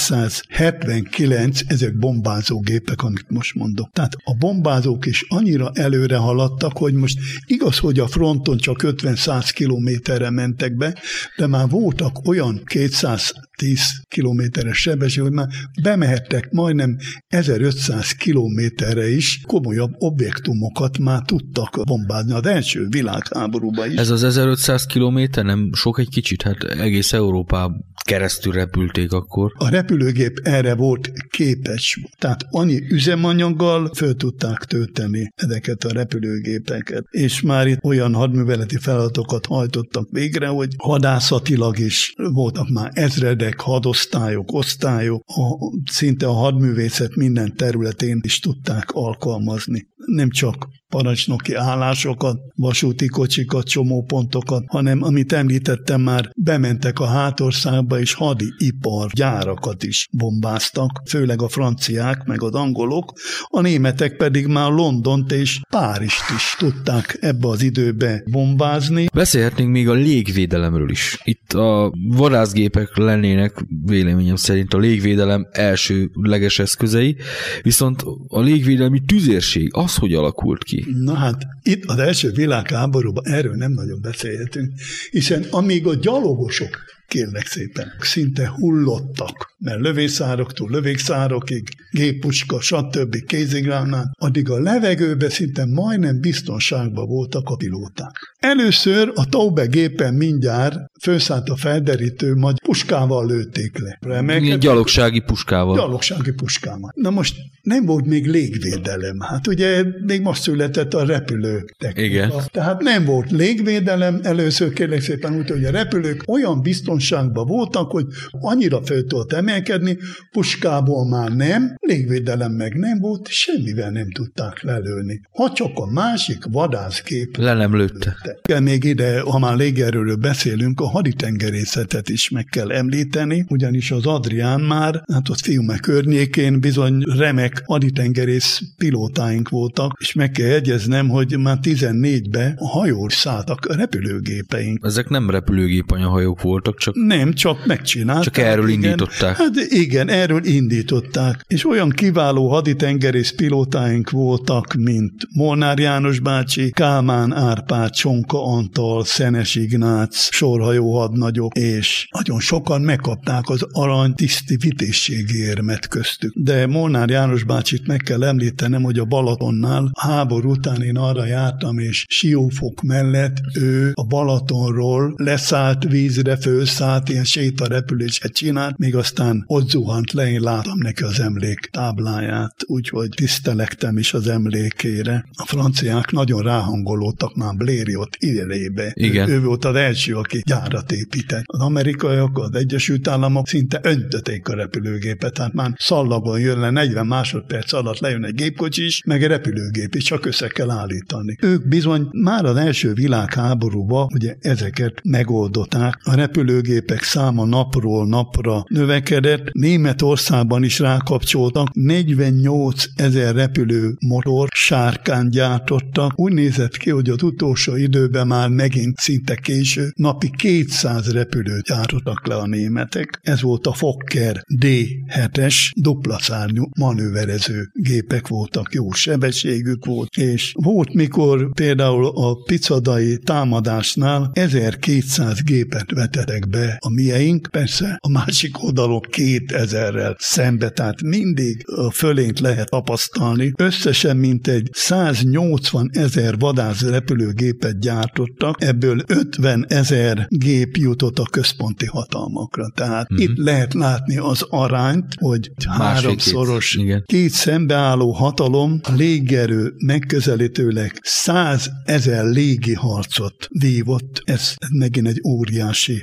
kétszázhetvenkilenc, ezek bombázógépek, amit most mondok. Tehát a bombázók is annyira előre haladtak, hogy most igaz, hogy a fronton csak ötven-száz kilométerre mentek be, de már voltak olyan kétszáztíz kilométeres sebesség, hogy már bemehettek majdnem ezerötszáz kilométerre is, komolyabb objektumokat már tudtak bombázni az első világháborúban is. Ez az ezerötszáz kilométer nem sok egy kicsit? Hát egész Európában keresztül repülték akkor. A repülőgép erre volt képes. Tehát annyi üzemanyaggal föl tudták tölteni ezeket a repülőgépeket. És már itt olyan hadműveleti feladatokat hajtottak végre, hogy hadászatilag is voltak már ezredek, hadosztályok, osztályok, a, szinte a hadművészet minden területén is tudták alkalmazni. Nem csak parancsnoki állásokat, vasúti kocsikat, csomópontokat, hanem, amit említettem már, bementek a hátországba, és hadipar gyárakat is bombáztak, főleg a franciák, meg az angolok, a németek pedig már Londont és Párizst is tudták ebbe az időbe bombázni. Beszélhetnénk még a légvédelemről is. Itt a vadászgépek lennének véleményem szerint a légvédelem elsőleges eszközei, viszont a légvédelmi tüzérség az, hogy alakult ki? Na hát, itt az első világháborúban erről nem nagyon beszélhetünk, hiszen amíg a gyalogosok, kérlek szépen, szinte hullottak, mert lövészároktól lövészárokig, géppuska, stb. Kézigránát, addig a levegőben szinte majdnem biztonságban voltak a pilóták. Először a Taube gépen mindjárt felszállt a felderítő, majd puskával lőtték le. Remelkedett, gyalogsági puskával. Gyalogsági puskával. Na most nem volt még légvédelem. Hát ugye még most született a repülő technika. Igen. Tehát nem volt légvédelem, először kérlek szépen úgy, hogy a repülők olyan biztonságban voltak, hogy annyira föl tudott emelkedni, puskából már nem, légvédelem meg nem volt, semmivel nem tudták lelőni. Ha csak a másik vadászgép le nem lőtte. Kell még ide, ha már légierőről beszélünk, a haditengerészetet is meg kell említeni, ugyanis az Adrián már, hát ott Fiume környékén bizony remek haditengerész pilótáink voltak, és meg kell jegyeznem, hogy már tizennégyben a hajón szálltak a repülőgépeink. Ezek nem repülőgép anyahajók voltak, csak... Nem, csak megcsinálták. Csak erről igen. indították. Hát igen, erről indították. És olyan kiváló haditengerész pilótáink voltak, mint Molnár János bácsi, Kálmán Árpád, Csonka Antal, Szenes Ignác, sorhajó hadnagyok, és nagyon sokan megkapták az arany tiszti vitézségi érmet köztük. De Molnár János bácsit meg kell említenem, hogy a Balatonnál a háború után én arra jártam, és Siófok mellett ő a Balatonról leszállt vízre, fölszállt, ilyen sétarepüléset csinált, még aztán ott zuhant le, én láttam neki az emlék tábláját, úgyhogy tisztelektem is az emlékére. A franciák nagyon ráhangolódtak már Blériot idejébe. Igen. Ő, ő volt az első, aki gyárat épített. Az amerikaiak, az Egyesült Államok szinte öntötték a repülőgépet, tehát már szallagon jön le, negyven másodperc alatt lejön egy gépkocsi is, meg egy repülőgép is, csak össze kell állítani. Ők bizony már az első világháborúban ugye ezeket megoldották. A repülőgépek száma napról napra növekedett. Németországban is rákapcsoltak. negyvennyolc ezer repülőmotor sárkán gyártottak. Úgy nézett ki, hogy az utolsó időben már megint szinte késő napi kétszáz repülőt gyártottak le a németek. Ez volt a Fokker dé hetes dupla szárnyú manőverező gépek voltak, jó sebességük volt, és volt, mikor például a picadai támadásnál ezerkétszáz gépet vetettek be a mieink, persze a másik oldalon kétezerrel szembe, tehát mindig a fölényt lehet tapasztalni. Összesen mintegy száznyolcvan ezer vadász repülőgépet gyártottak, ebből ötven ezer gép jutott a központi hatalmakra. Tehát mm-hmm. itt lehet látni az arányt, hogy háromszoros, két, két szembeálló hatalom, a légierő megközelítőleg százezer légi harcot vívott. Ez megint egy óriási szám.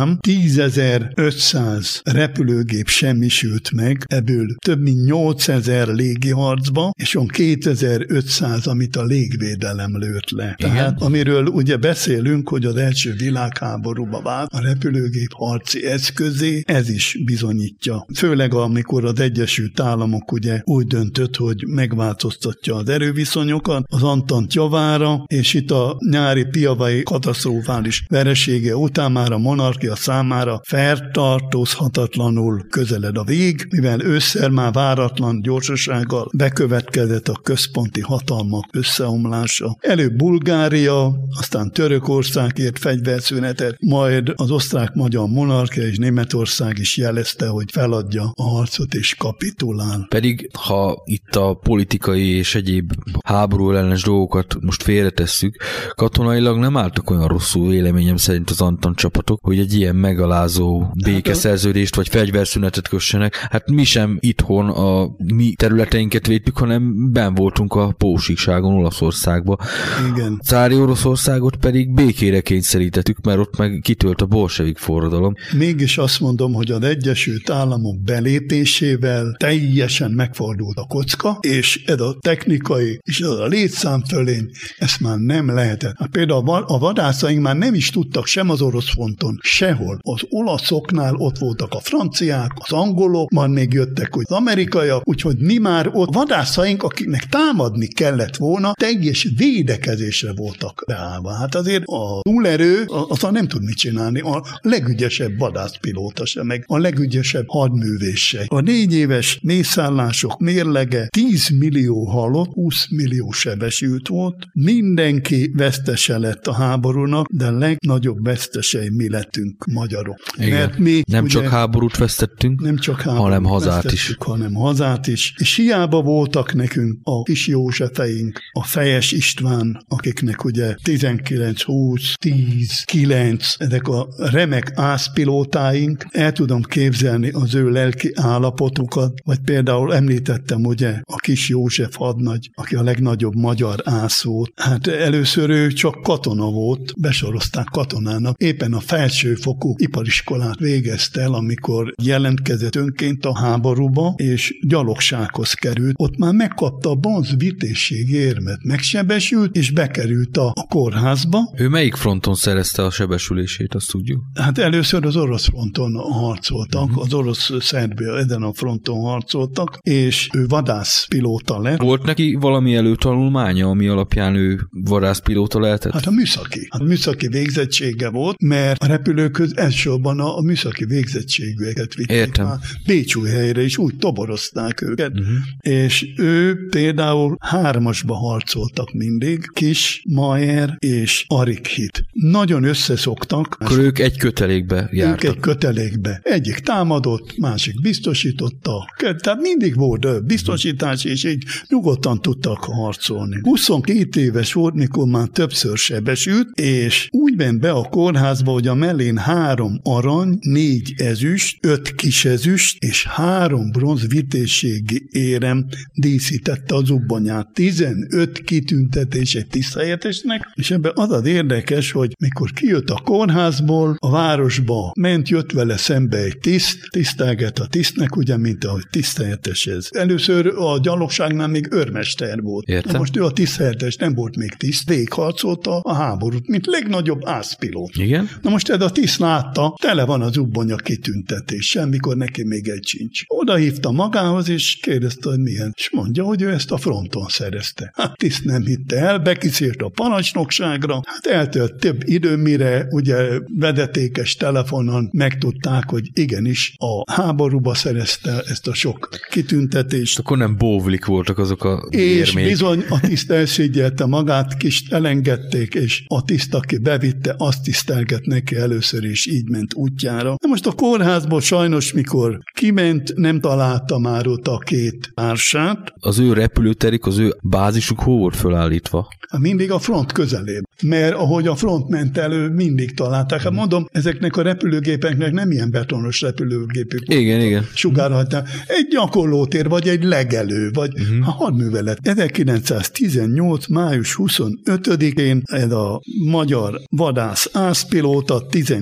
szám, tízezer-ötszáz repülőgép semmisült meg, ebből több mint nyolcezer légiharcba, és on kétezer-ötszáz, amit a légvédelem lőtt le. Igen. Tehát, amiről ugye beszélünk, hogy az első világháborúba vált a repülőgép harci eszközé, ez is bizonyítja. Főleg amikor az Egyesült Államok ugye úgy döntött, hogy megváltoztatja az erőviszonyokat az Antant javára, és itt a nyári piavai katasztrofális veresége után már a monarchia számára fertartózhatatlanul közeled a vég, mivel ősszel már váratlan gyorsasággal bekövetkezett a központi hatalmak összeomlása. Előbb Bulgária, aztán Törökország ért fegyverszünetet, majd az osztrák-magyar monarchia és Németország is jelezte, hogy feladja a harcot és kapitulál. Pedig, ha itt a politikai és egyéb háború ellenes dolgokat most félretesszük, katonailag nem álltak olyan rosszul véleményem szerint az Antant csapatok, hogy egy ilyen megalázó békeszerződést vagy fegyverszünetet kössenek. Hát mi sem itthon a mi területeinket védtük, hanem benn voltunk a Pósíkságon, Olaszországba. Igen. Cári Oroszországot pedig békére kényszerítettük, mert ott meg kitölt a bolsevik forradalom. Mégis azt mondom, hogy az Egyesült Államok belépésével teljesen megfordult a kocka, és ez a technikai és ez a létszám fölén ezt már nem lehetett. Hát például a vadászaink már nem is tudtak sem az orosz fronton, sehol. Az olaszoknál ott voltak a franciák, az angolok, majd még jöttek hogy az amerikaiak, úgyhogy mi már ott vadászaink, akiknek támadni kellett volna, teljes védekezésre voltak beállva. Hát azért a túlerő, aztán nem tud mit csinálni. A legügyesebb vadászpilóta se, meg a legügyesebb hadművész se. A négy éves mészállások mérlege tíz millió halott, húsz millió sebesült volt. Mindenki vesztese lett a háborúnak, de a legnagyobb vesztesei mi lettünk, magyarok. Mert mi, nem ugye, csak háborút vesztettünk, nem csak háborút hanem hazát is. hanem hazát is. És hiába voltak nekünk a kis Józsefeink, a Fejes István, akiknek ugye tizenkilenc, húsz, tíz, kilenc, ezek a remek ászpilótáink, el tudom képzelni az ő lelki állapotukat, vagy például említettem ugye a kis József hadnagy, aki a legnagyobb magyar ász volt. Hát először ő csak katona volt, besorozták katonának. Éppen a felsőfokú ipariskolát végezte el, amikor jelentkezett önként a háborúba, és gyalogsághoz került. Ott már megkapta a bonzvitézségi érmet, megsebesült, és bekerült a, a kórházba. Ő melyik fronton szerezte a sebesülését, azt tudjuk? Hát először az orosz fronton harcoltak, uh-huh. az orosz-Szerbia ezen a fronton harcoltak, és ő vadászpilóta lett. Volt neki valami előtanulmánya, ami alapján ő vadászpilóta lehetett? Hát a műszaki. A műszaki végzettsége volt, mert a repülőköz elsősorban a, a műszaki végzettségűeket vitték. Értem. Már Bécsújhelyre is úgy toborozták őket, uh-huh. és ő például hármasba harcoltak mindig, Kiss, Mayer és Arikhit. Nagyon összeszoktak. Akkor ők egy kötelékbe jártak. Ők egy kötelékbe. Egyik támadott, másik biztosította. Tehát mindig volt biztosítás, és így nyugodtan tudtak harcolni. huszonkét éves volt, mikor már többször sebesült, és úgy ment be a kórházba, hogy a mellén három arany, négy ezüst, öt kis ezüst, és három bronz vitézségi érem díszítette az zubbonyát. tizenöt kitüntetés egy tiszthelyettesnek, és ebben az az érdekes, hogy mikor kijött a kórházból, a városba ment, jött vele szembe egy tiszt, tisztelget a tisztnek, ugye, mint ahogy tiszthelyettes ez. Először a gyalogságnál még őrmester volt. Értem. Most ő a tiszthelyettes, nem volt még tiszt, végigharcolta a háborút, mint legnagyobb ászpilót. Igen? Na most ez a tiszt látta, tele van az ubbonya kitüntetés, semmikor neki még egy sincs. Oda hívta magához, és kérdezte, hogy milyen. És mondja, hogy ő ezt a fronton szerezte. Hát tiszt nem hitte el, bekiszírt a parancsnokságra, hát eltelt több idő, mire ugye vezetékes telefonon megtudták, hogy igenis a háborúba szerezte ezt a sok kitüntetést. Akkor nem bóvlik voltak azok a És érmék. bizony a tiszt elszégyelte magát, kis elengedték, és a tiszt, aki bevitte, azt tisztelget neki először, és így ment útjára. Na most a kórházból sajnos, mikor kiment, nem találta már ott a két társát. Az ő repülőterik, az ő bázisuk hol volt fölállítva? Mindig a front közelébb. Mert ahogy a front ment elő, mindig találták. Hát mondom, ezeknek a repülőgépeknek nem ilyen betonos repülőgépük. Igen, igen. Sugárhatják. Egy gyakorlótér, vagy egy legelő, vagy uh-huh. a hadművelet. ezerkilencszáztizennyolc. május huszonötödikén ez a magyar vadász ászpilóta,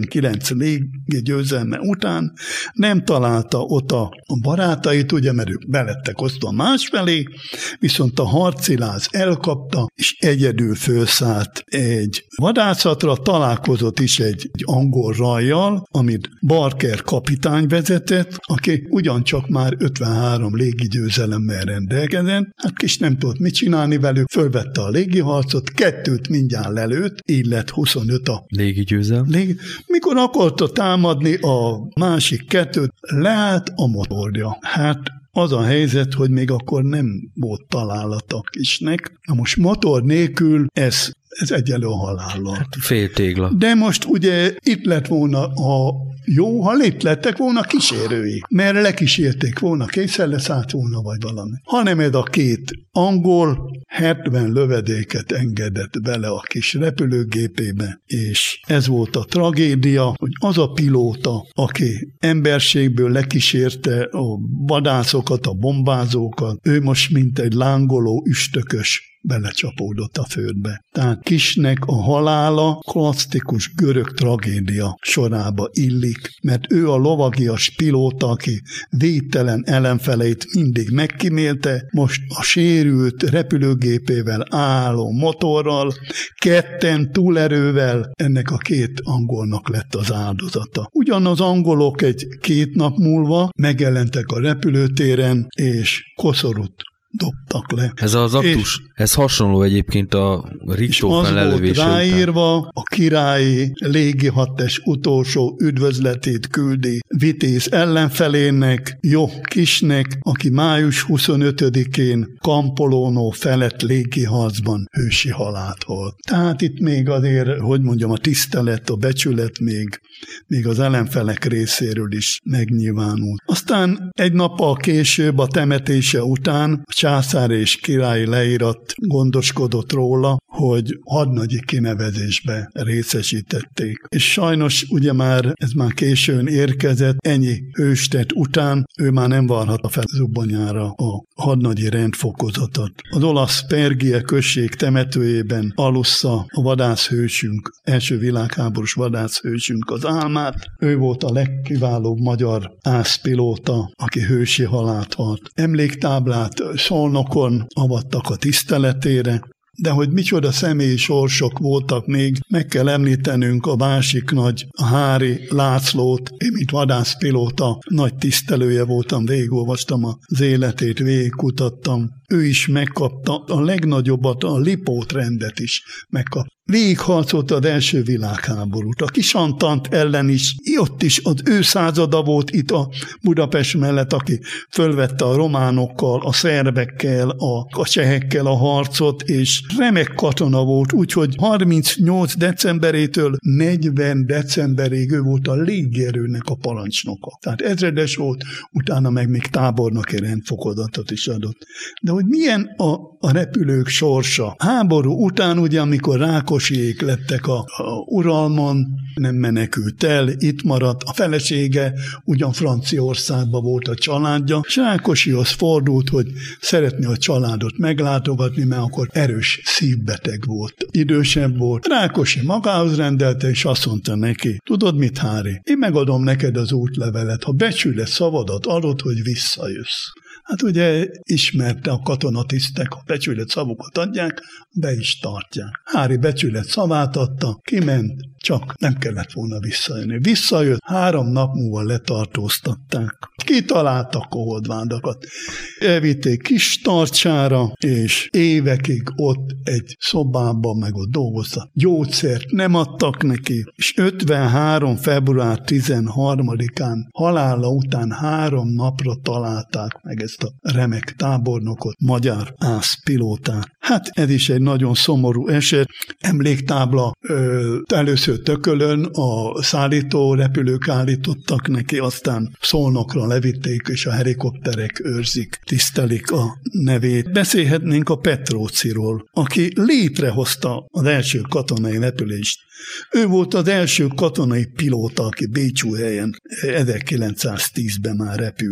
hetvenkilenc légigyőzelme után nem találta ott a barátait, ugye, mert ők belettek osztva másfelé, viszont a harciláz elkapta, és egyedül felszállt egy vadászatra, találkozott is egy, egy angol rajjal, amit Barker kapitány vezetett, aki ugyancsak már ötvenhárom légigyőzelemmel rendelkezett, hát kis nem tudott mit csinálni velük, fölvette a légiharcot, kettőt mindjárt lelőtt, így lett huszonöt a légigyőzelem. Légi. Mikor akarta támadni a másik kettőt, leállt a motorja. Hát az a helyzet, hogy még akkor nem volt találata a kisnek. Na most motor nélkül ez, ez egyelő a halállal. Hát fél tégla. De most ugye itt lett volna a jó, ha itt lettek volna kísérői, mert lekísérték volna, készen leszállt volna, vagy valami. Hanem ez a két angol hetven lövedéket engedett bele a kis repülőgépébe, és ez volt a tragédia, hogy az a pilóta, aki emberségből lekísérte a vadászokat, a bombázókat, ő most mint egy lángoló üstökös belecsapódott a földbe. Tehát kisnek a halála klasszikus görög tragédia sorába illik, mert ő a lovagias pilóta, aki védtelen ellenfeleit mindig megkímélte, most a sérült repülőgépével álló motorral, ketten túlerővel ennek a két angolnak lett az áldozata. Ugyanaz angolok egy két nap múlva megjelentek a repülőtéren, és koszorút dobtak le. Ez az aktus, ez hasonló egyébként a Richthofen lelövése után. Ráírva, a királyi légihadtest utolsó üdvözletét küldi Vitéz ellenfelének, Jó Kisnek, aki május huszonötödikén Campolonno felett légiharcban hősi halált halt. Tehát itt még azért, hogy mondjam, a tisztelet, a becsület még, még az ellenfelek részéről is megnyilvánult. Aztán egy nappal később a temetése után a császár és királyi leírat gondoskodott róla, hogy hadnagyi kinevezésbe részesítették. És sajnos ugye már ez már későn érkezett, ennyi hőstet után ő már nem várhatta fel zubbonyára a hadnagyi rendfokozatot. Az olasz Pergie község temetőjében alussza a vadászhősünk, első világháborús vadászhősünk az álmát. Ő volt a legkiválóbb magyar ászpilóta, aki hősi halált halt. Emléktáblát Szolnokon avattak a tiszteletére, de hogy micsoda személyi sorsok voltak még, meg kell említenünk a másik nagy, a Hári Lászlót, én mint vadászpilóta nagy tisztelője voltam, végigolvastam az életét, végigkutattam. Ő is megkapta a legnagyobbat, a Lipót rendet is megkapta. Végigharcolt az első világháborút. A Kisantant ellen is, ott is az ő százada volt itt a Budapest mellett, aki fölvette a románokkal, a szerbekkel, a, a csehekkel a harcot, és remek katona volt, úgyhogy harmincnyolc decemberétől negyven decemberig ő volt a légierőnek a parancsnoka. Tehát ezredes volt, utána meg még tábornoki rendfokozatot is adott. De hogy milyen a, a repülők sorsa? Háború után ugye, amikor Rákosiék lettek a, a uralmon, nem menekült el, itt maradt, a felesége ugyan Franciaországban volt a családja, és Rákosihoz fordult, hogy szeretné a családot meglátogatni, mert akkor erős szívbeteg volt, idősebb volt. Rákosi magához rendelte, és azt mondta neki, tudod mit, Hári? Én megadom neked az útlevelet, ha becsület szavadat adod, hogy visszajössz. Hát ugye ismerte a katonatisztek, ha becsület szavukat adják, be is tartják. Hári becsület szavát adta, kiment, csak nem kellett volna visszajönni. Visszajött, három nap múlva letartóztatták. Kitaláltak a holdvádakat. Elvitték Kistarcsára, és évekig ott egy szobában meg ott dolgoztak. Gyógyszert nem adtak neki, és ötvenhárom február tizenharmadikán halála után három napra találták meg ezt a remek tábornokot, magyar ászpilótát. Hát ez is egy nagyon szomorú eset. Emléktábla ö, először Tökölön a szállító repülők állítottak neki, aztán Szolnokra levitték, és a helikopterek őrzik, tisztelik a nevét. Beszélhetnénk a Petróciról, aki létrehozta az első katonai repülést. Ő volt az első katonai pilóta, aki Bécsúhelyen ezerkilencszáztízben már repült.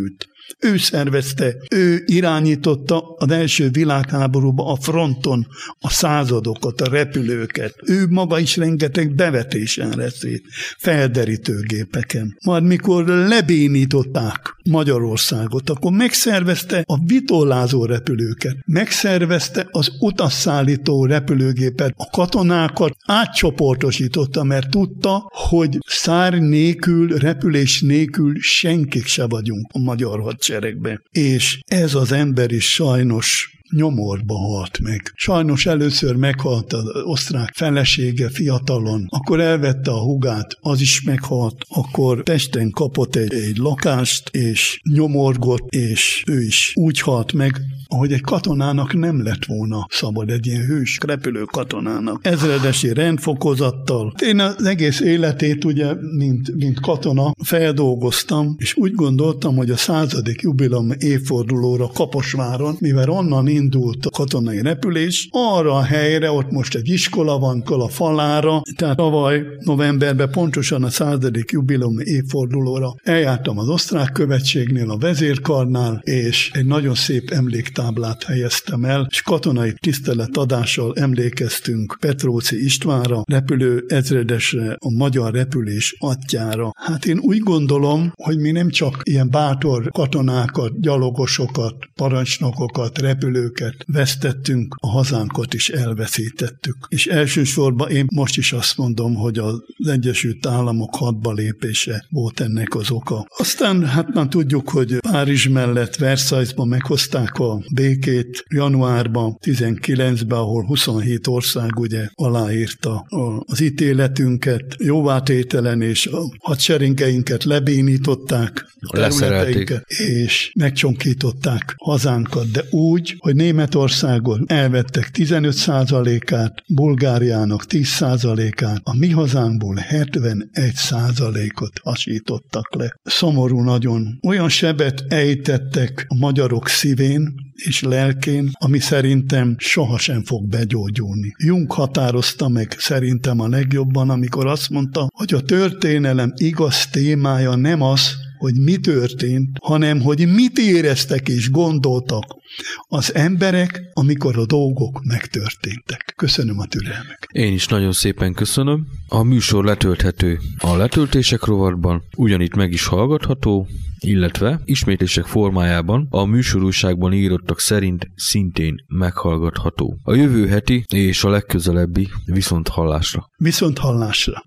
Ő szervezte, ő irányította az első világháborúban a fronton a századokat, a repülőket. Ő maga is rengeteg bevetésen részt, felderítőgépeken. Majd mikor lebénították Magyarországot, akkor megszervezte a vitorlázó repülőket, megszervezte az utasszállító repülőgépet, a katonákat átcsoportosította, mert tudta, hogy szárny nélkül, repülés nélkül senkik se vagyunk a magyar hadseregben. És ez az ember is sajnos nyomorba halt meg. Sajnos először meghalt az osztrák felesége fiatalon, akkor elvette a hugát, az is meghalt, akkor Pesten kapott egy, egy lakást, és nyomorgott, és ő is úgy halt meg, ahogy egy katonának nem lett volna szabad, egy ilyen hős, repülő katonának. Ezredesi rendfokozattal. Én az egész életét ugye, mint, mint katona feldolgoztam, és úgy gondoltam, hogy a századik jubileum évfordulóra Kaposváron, mivel onnan indult a katonai repülés, arra a helyre, ott most egy iskola van, a falára, tehát tavaly novemberben pontosan a századik jubileum évfordulóra eljártam az osztrák követségnél, a vezérkarnál, és egy nagyon szép emléktáblát helyeztem el, és katonai tiszteletadással emlékeztünk Petróczy Istvánra, repülő ezredesre, a magyar repülés atyjára. Hát én úgy gondolom, hogy mi nem csak ilyen bátor katonákat, gyalogosokat, parancsnokokat, repülőket vesztettünk, a hazánkat is elveszítettük. És elsősorban én most is azt mondom, hogy az Egyesült Államok hadba lépése volt ennek az oka. Aztán hát már tudjuk, hogy Párizs mellett Versaillesban meghozták a békét januárban tizenkilencben, ahol huszonhét ország ugye aláírta az ítéletünket, jóvátételen, és a hadseregeinket lebénították, területeinket, és megcsonkították hazánkat, de úgy, hogy Németországon elvettek tizenöt százalékát, Bulgáriának tíz százalékát, a mi hazánkból hetvenegy százalékot hasítottak le. Szomorú nagyon. Olyan sebet ejtettek a magyarok szívén és lelkén, ami szerintem sohasem fog begyógyulni. Jung határozta meg szerintem a legjobban, amikor azt mondta, hogy a történelem igaz témája nem az, hogy mi történt, hanem hogy mit éreztek és gondoltak az emberek, amikor a dolgok megtörténtek. Köszönöm a türelmet. Én is nagyon szépen köszönöm. A műsor letölthető a letöltések rovatban, ugyanitt meg is hallgatható, illetve ismétlések formájában a műsorújságban írottak szerint szintén meghallgatható. A jövő heti és a legközelebbi viszonthallásra. Viszonthallásra.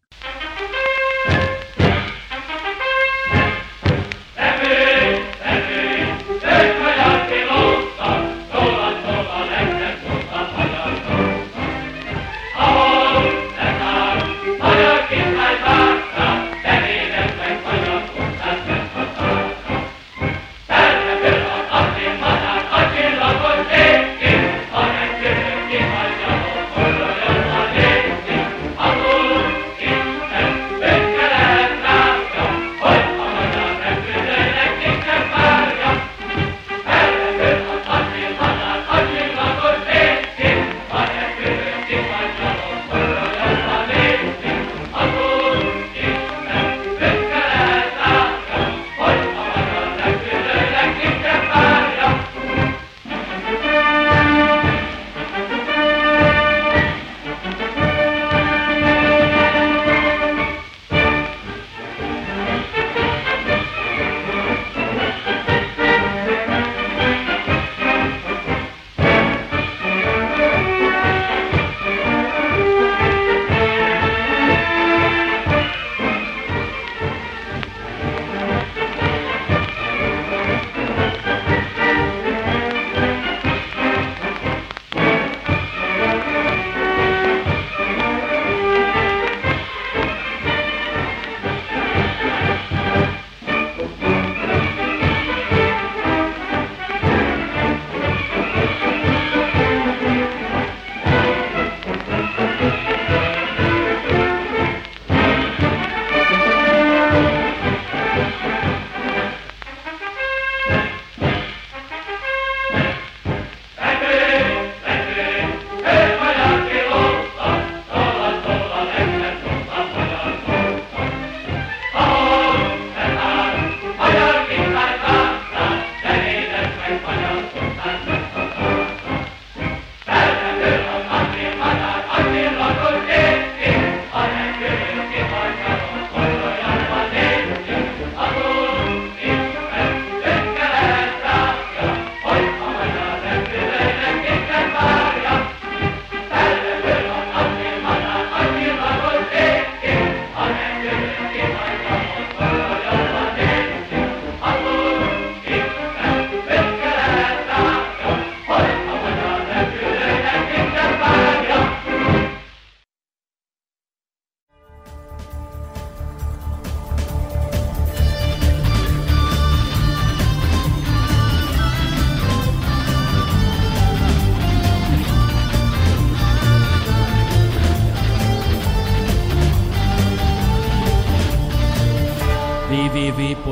Azul,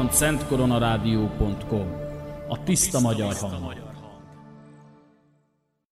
pont szentkoronarádió pont com. A tiszta magyar hang.